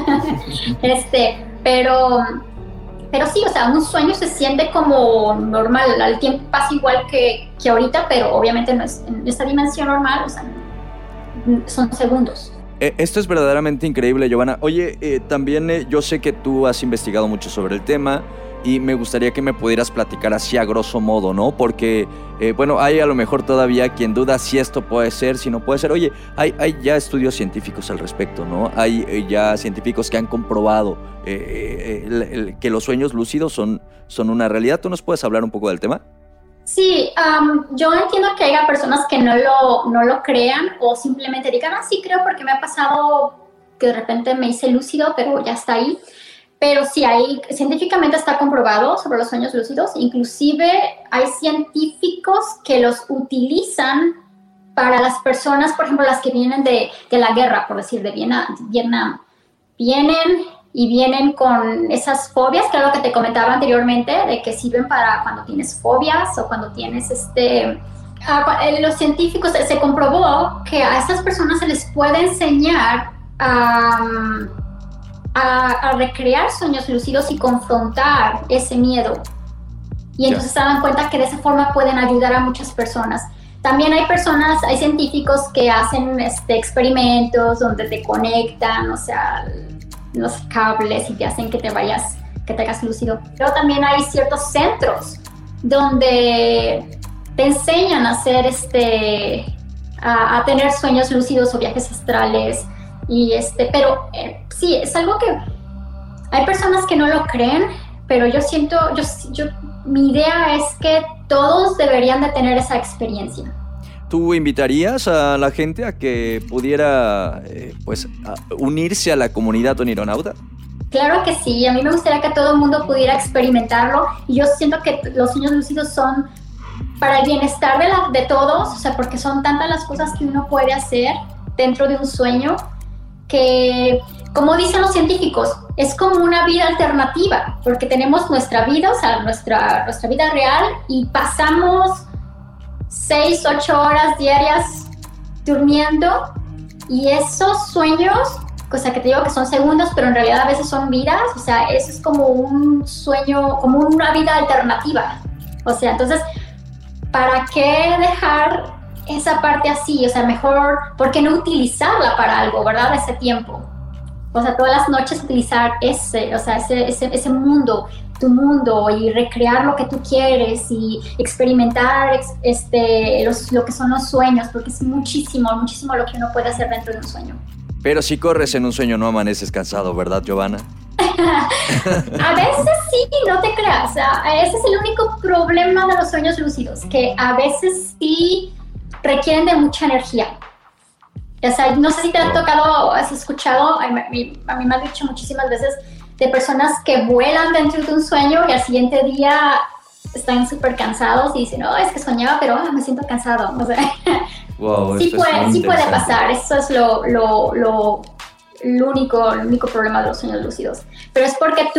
Pero sí, o sea, un sueño se siente como normal, el tiempo pasa igual que ahorita, pero obviamente no es en esta dimensión normal, o sea, son segundos.
Esto es verdaderamente increíble, Giovanna. Oye, también yo sé que tú has investigado mucho sobre el tema y me gustaría que me pudieras platicar así a grosso modo, ¿no? Porque, hay a lo mejor todavía quien duda si esto puede ser, si no puede ser. Oye, hay ya estudios científicos al respecto, ¿no? Hay ya científicos que han comprobado que los sueños lúcidos son una realidad. ¿Tú nos puedes hablar un poco del tema?
Sí, yo entiendo que haya personas que no lo crean o simplemente digan, sí creo porque me ha pasado que de repente me hice lúcido, pero ya está ahí. Pero sí, científicamente está comprobado sobre los sueños lúcidos. Inclusive hay científicos que los utilizan para las personas, por ejemplo, las que vienen de la guerra, por decir, de Vietnam. Vienen con esas fobias, que es lo que te comentaba anteriormente, de que sirven para cuando tienes fobias o cuando tienes los científicos, se comprobó que a estas personas se les puede enseñar a recrear sueños lúcidos y confrontar ese miedo. Y entonces se dan cuenta que de esa forma pueden ayudar a muchas personas. También hay científicos que hacen experimentos donde te conectan, o sea, los cables y te hacen que te hagas lúcido. Pero también hay ciertos centros donde te enseñan a hacer a tener sueños lúcidos o viajes astrales pero sí, es algo que hay personas que no lo creen, pero yo siento, mi idea es que todos deberían de tener esa experiencia.
¿Tú invitarías a la gente a que pudiera unirse a la comunidad onironauta?
Claro que sí, a mí me gustaría que todo el mundo pudiera experimentarlo, y yo siento que los sueños lúcidos son para el bienestar de todos, o sea, porque son tantas las cosas que uno puede hacer dentro de un sueño que, como dicen los científicos, es como una vida alternativa, porque tenemos nuestra vida, o sea, nuestra vida real, y pasamos 6-8 horas diarias durmiendo, y esos sueños, cosa que te digo que son segundos, pero en realidad a veces son vidas, o sea, eso es como un sueño, como una vida alternativa. O sea, entonces, ¿para qué dejar esa parte así? O sea, mejor, ¿por qué no utilizarla para algo, verdad? Ese tiempo. O sea, todas las noches utilizar ese mundo, tu mundo, y recrear lo que tú quieres y experimentar lo que son los sueños, porque es muchísimo lo que uno puede hacer dentro de un sueño.
Pero si corres en un sueño no amaneces cansado, ¿verdad, Giovanna?
A veces sí, no te creas. O sea, ese es el único problema de los sueños lúcidos, que a veces sí requieren de mucha energía. O sea, no sé si te ha tocado, has escuchado, a mí me han dicho muchísimas veces de personas que vuelan dentro de un sueño y al siguiente día están súper cansados y dicen, no, es que soñaba, pero me siento cansado. O sea,
wow,
sí puede pasar. Eso es el único problema de los sueños lúcidos. Pero es porque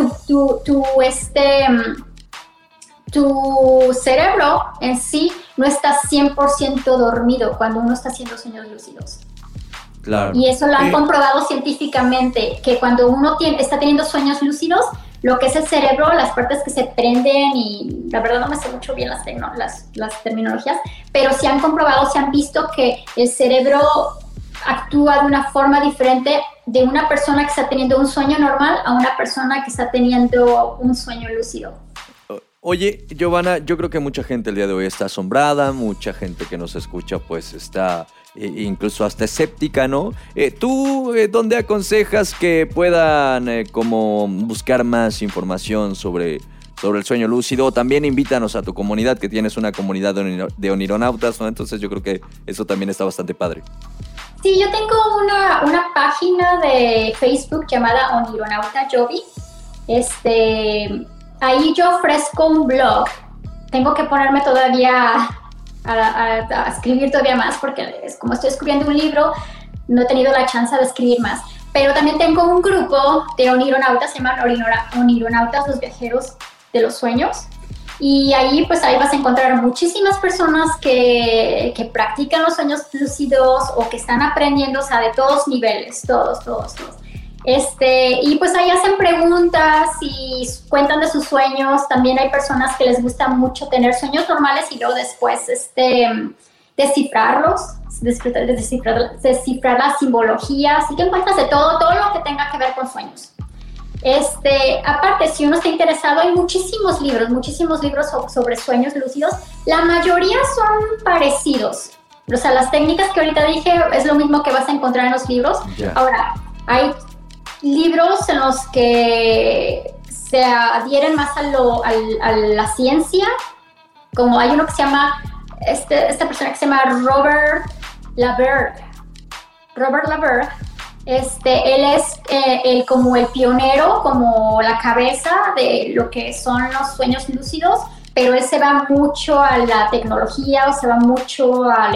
tu cerebro en sí no está 100% dormido cuando uno está haciendo sueños lúcidos.
Claro.
Y eso lo han comprobado científicamente, que cuando uno está teniendo sueños lúcidos, lo que es el cerebro, las partes que se prenden, y la verdad no me sé mucho bien las terminologías, pero se han comprobado, se han visto que el cerebro actúa de una forma diferente de una persona que está teniendo un sueño normal a una persona que está teniendo un sueño lúcido.
Oye, Giovanna, yo creo que mucha gente el día de hoy está asombrada, mucha gente que nos escucha pues está incluso hasta escéptica, ¿no? ¿Tú dónde aconsejas que puedan como buscar más información sobre el sueño lúcido? También invítanos a tu comunidad, que tienes una comunidad de onironautas, ¿no? Entonces yo creo que eso también está bastante padre.
Sí, yo tengo una página de Facebook llamada Onironauta Jovi. Ahí yo ofrezco un blog. Tengo que ponerme todavía a escribir todavía más, porque como estoy escribiendo un libro, no he tenido la chance de escribir más. Pero también tengo un grupo de onironautas, se llaman Onironautas, los viajeros de los sueños. Y ahí pues ahí vas a encontrar muchísimas personas que practican los sueños lúcidos o que están aprendiendo, o sea, de todos niveles, todos. Y pues ahí hacen preguntas y cuentan de sus sueños. También hay personas que les gusta mucho tener sueños normales y luego después descifrarlos, descifrar la simbología. Así que encuentras de todo lo que tenga que ver con sueños. Aparte, si uno está interesado, hay muchísimos libros sobre sueños lúcidos. La mayoría son parecidos. O sea, las técnicas que ahorita dije es lo mismo que vas a encontrar en los libros. Yeah. Ahora, hay libros en los que se adhieren más a la ciencia, como hay uno que se llama, esta persona que se llama Robert LaBerge. Él es como el pionero, como la cabeza de lo que son los sueños lúcidos, pero él se va mucho a la tecnología, o se va mucho a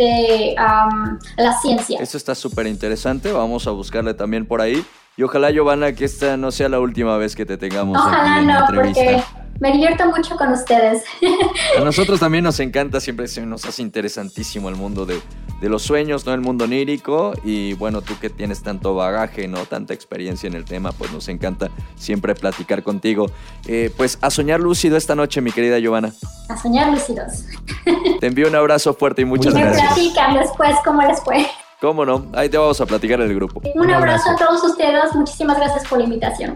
la ciencia.
Eso está súper interesante, vamos a buscarle también por ahí. Y ojalá, Giovanna, que esta no sea la última vez que te tengamos aquí en la entrevista.
Porque me divierto mucho con ustedes.
A nosotros también nos encanta, siempre se nos hace interesantísimo el mundo de los sueños, ¿no? El mundo onírico. Y bueno, tú que tienes tanto bagaje, ¿no? Tanta experiencia en el tema, pues nos encanta siempre platicar contigo. Pues a soñar lúcido esta noche, mi querida Giovanna.
A soñar lúcidos.
Te envío un abrazo fuerte y muchas gracias.
Me platican después cómo les fue.
¿Cómo no? Ahí te vamos a platicar en el grupo.
Un abrazo a todos ustedes. Muchísimas gracias por la invitación.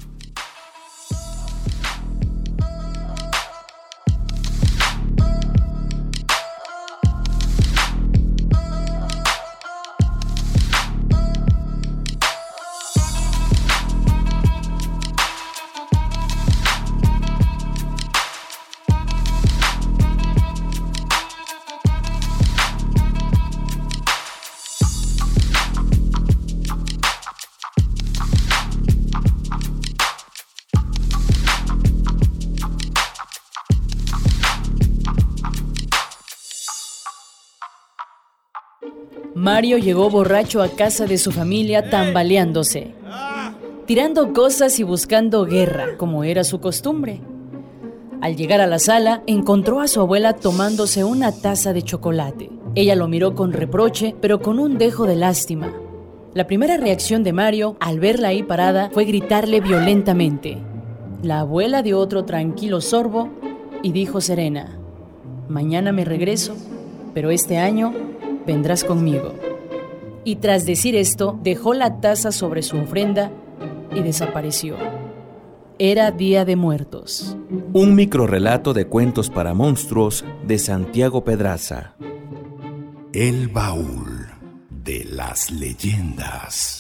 Mario llegó borracho a casa de su familia tambaleándose, tirando cosas y buscando guerra, como era su costumbre. Al llegar a la sala, encontró a su abuela tomándose una taza de chocolate. Ella lo miró con reproche, pero con un dejo de lástima. La primera reacción de Mario, al verla ahí parada, fue gritarle violentamente. La abuela dio otro tranquilo sorbo y dijo serena: «Mañana me regreso, pero este año vendrás conmigo». Y tras decir esto, dejó la taza sobre su ofrenda y desapareció. Era Día de Muertos.
Un microrrelato de cuentos para monstruos de Santiago Pedraza.
El baúl de las leyendas.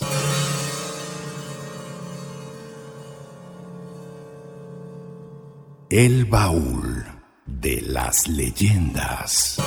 El baúl de las leyendas.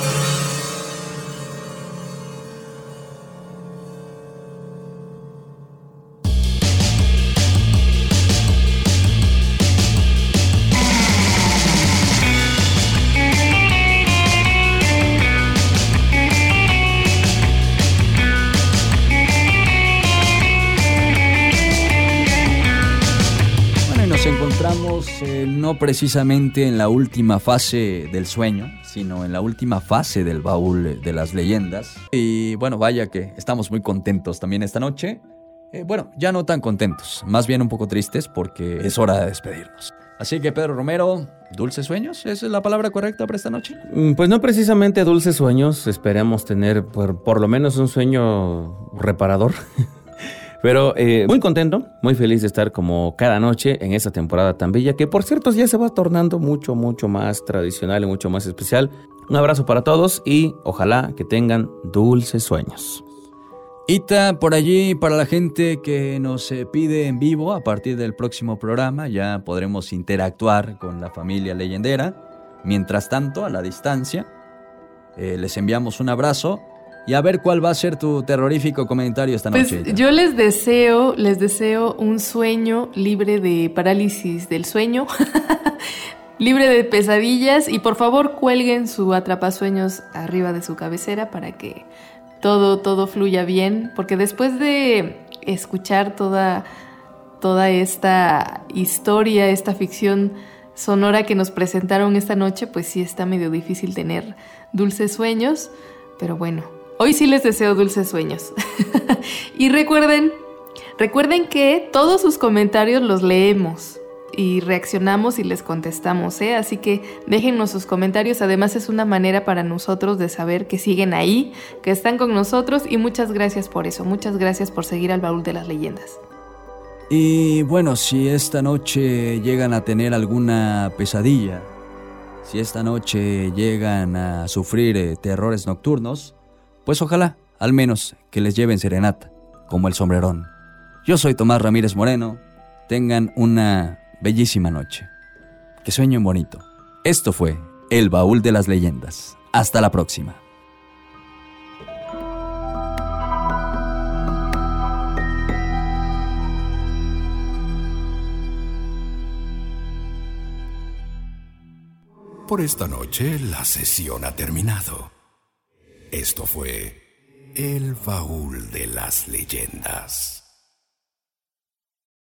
estamos no precisamente en la última fase del sueño, sino en la última fase del baúl de las leyendas. Y bueno, vaya que estamos muy contentos también esta noche. Bueno, ya no tan contentos, más bien un poco tristes porque es hora de despedirnos. Así que Pedro Romero, ¿dulces sueños? ¿Esa es la palabra correcta para esta noche?
Pues no precisamente dulces sueños, esperemos tener por lo menos un sueño reparador. Pero muy contento, muy feliz de estar como cada noche en esta temporada tan bella, que por cierto ya se va tornando mucho más tradicional y mucho más especial. Un abrazo para todos y ojalá que tengan dulces sueños.
Ita, por allí, para la gente que nos pide en vivo, a partir del próximo programa ya podremos interactuar con la familia leyendera. Mientras tanto, a la distancia, les enviamos un abrazo. Y a ver cuál va a ser tu terrorífico comentario esta noche.
Pues yo les deseo un sueño libre de parálisis del sueño, libre de pesadillas, y por favor cuelguen su atrapasueños arriba de su cabecera para que todo fluya bien, porque después de escuchar toda esta historia, esta ficción sonora que nos presentaron esta noche, pues sí está medio difícil tener dulces sueños, pero bueno, hoy sí les deseo dulces sueños. Y recuerden que todos sus comentarios los leemos y reaccionamos y les contestamos, ¿eh? Así que déjennos sus comentarios. Además es una manera para nosotros de saber que siguen ahí, que están con nosotros, y muchas gracias por eso. Muchas gracias por seguir al Baúl de las Leyendas.
Y bueno, si esta noche llegan a tener alguna pesadilla, si esta noche llegan a sufrir terrores nocturnos, pues ojalá, al menos, que les lleven serenata, como el sombrerón. Yo soy Tomás Ramírez Moreno. Tengan una bellísima noche. Que sueñen bonito. Esto fue El Baúl de las Leyendas. Hasta la próxima.
Por esta noche la sesión ha terminado. Esto fue El Baúl de las Leyendas.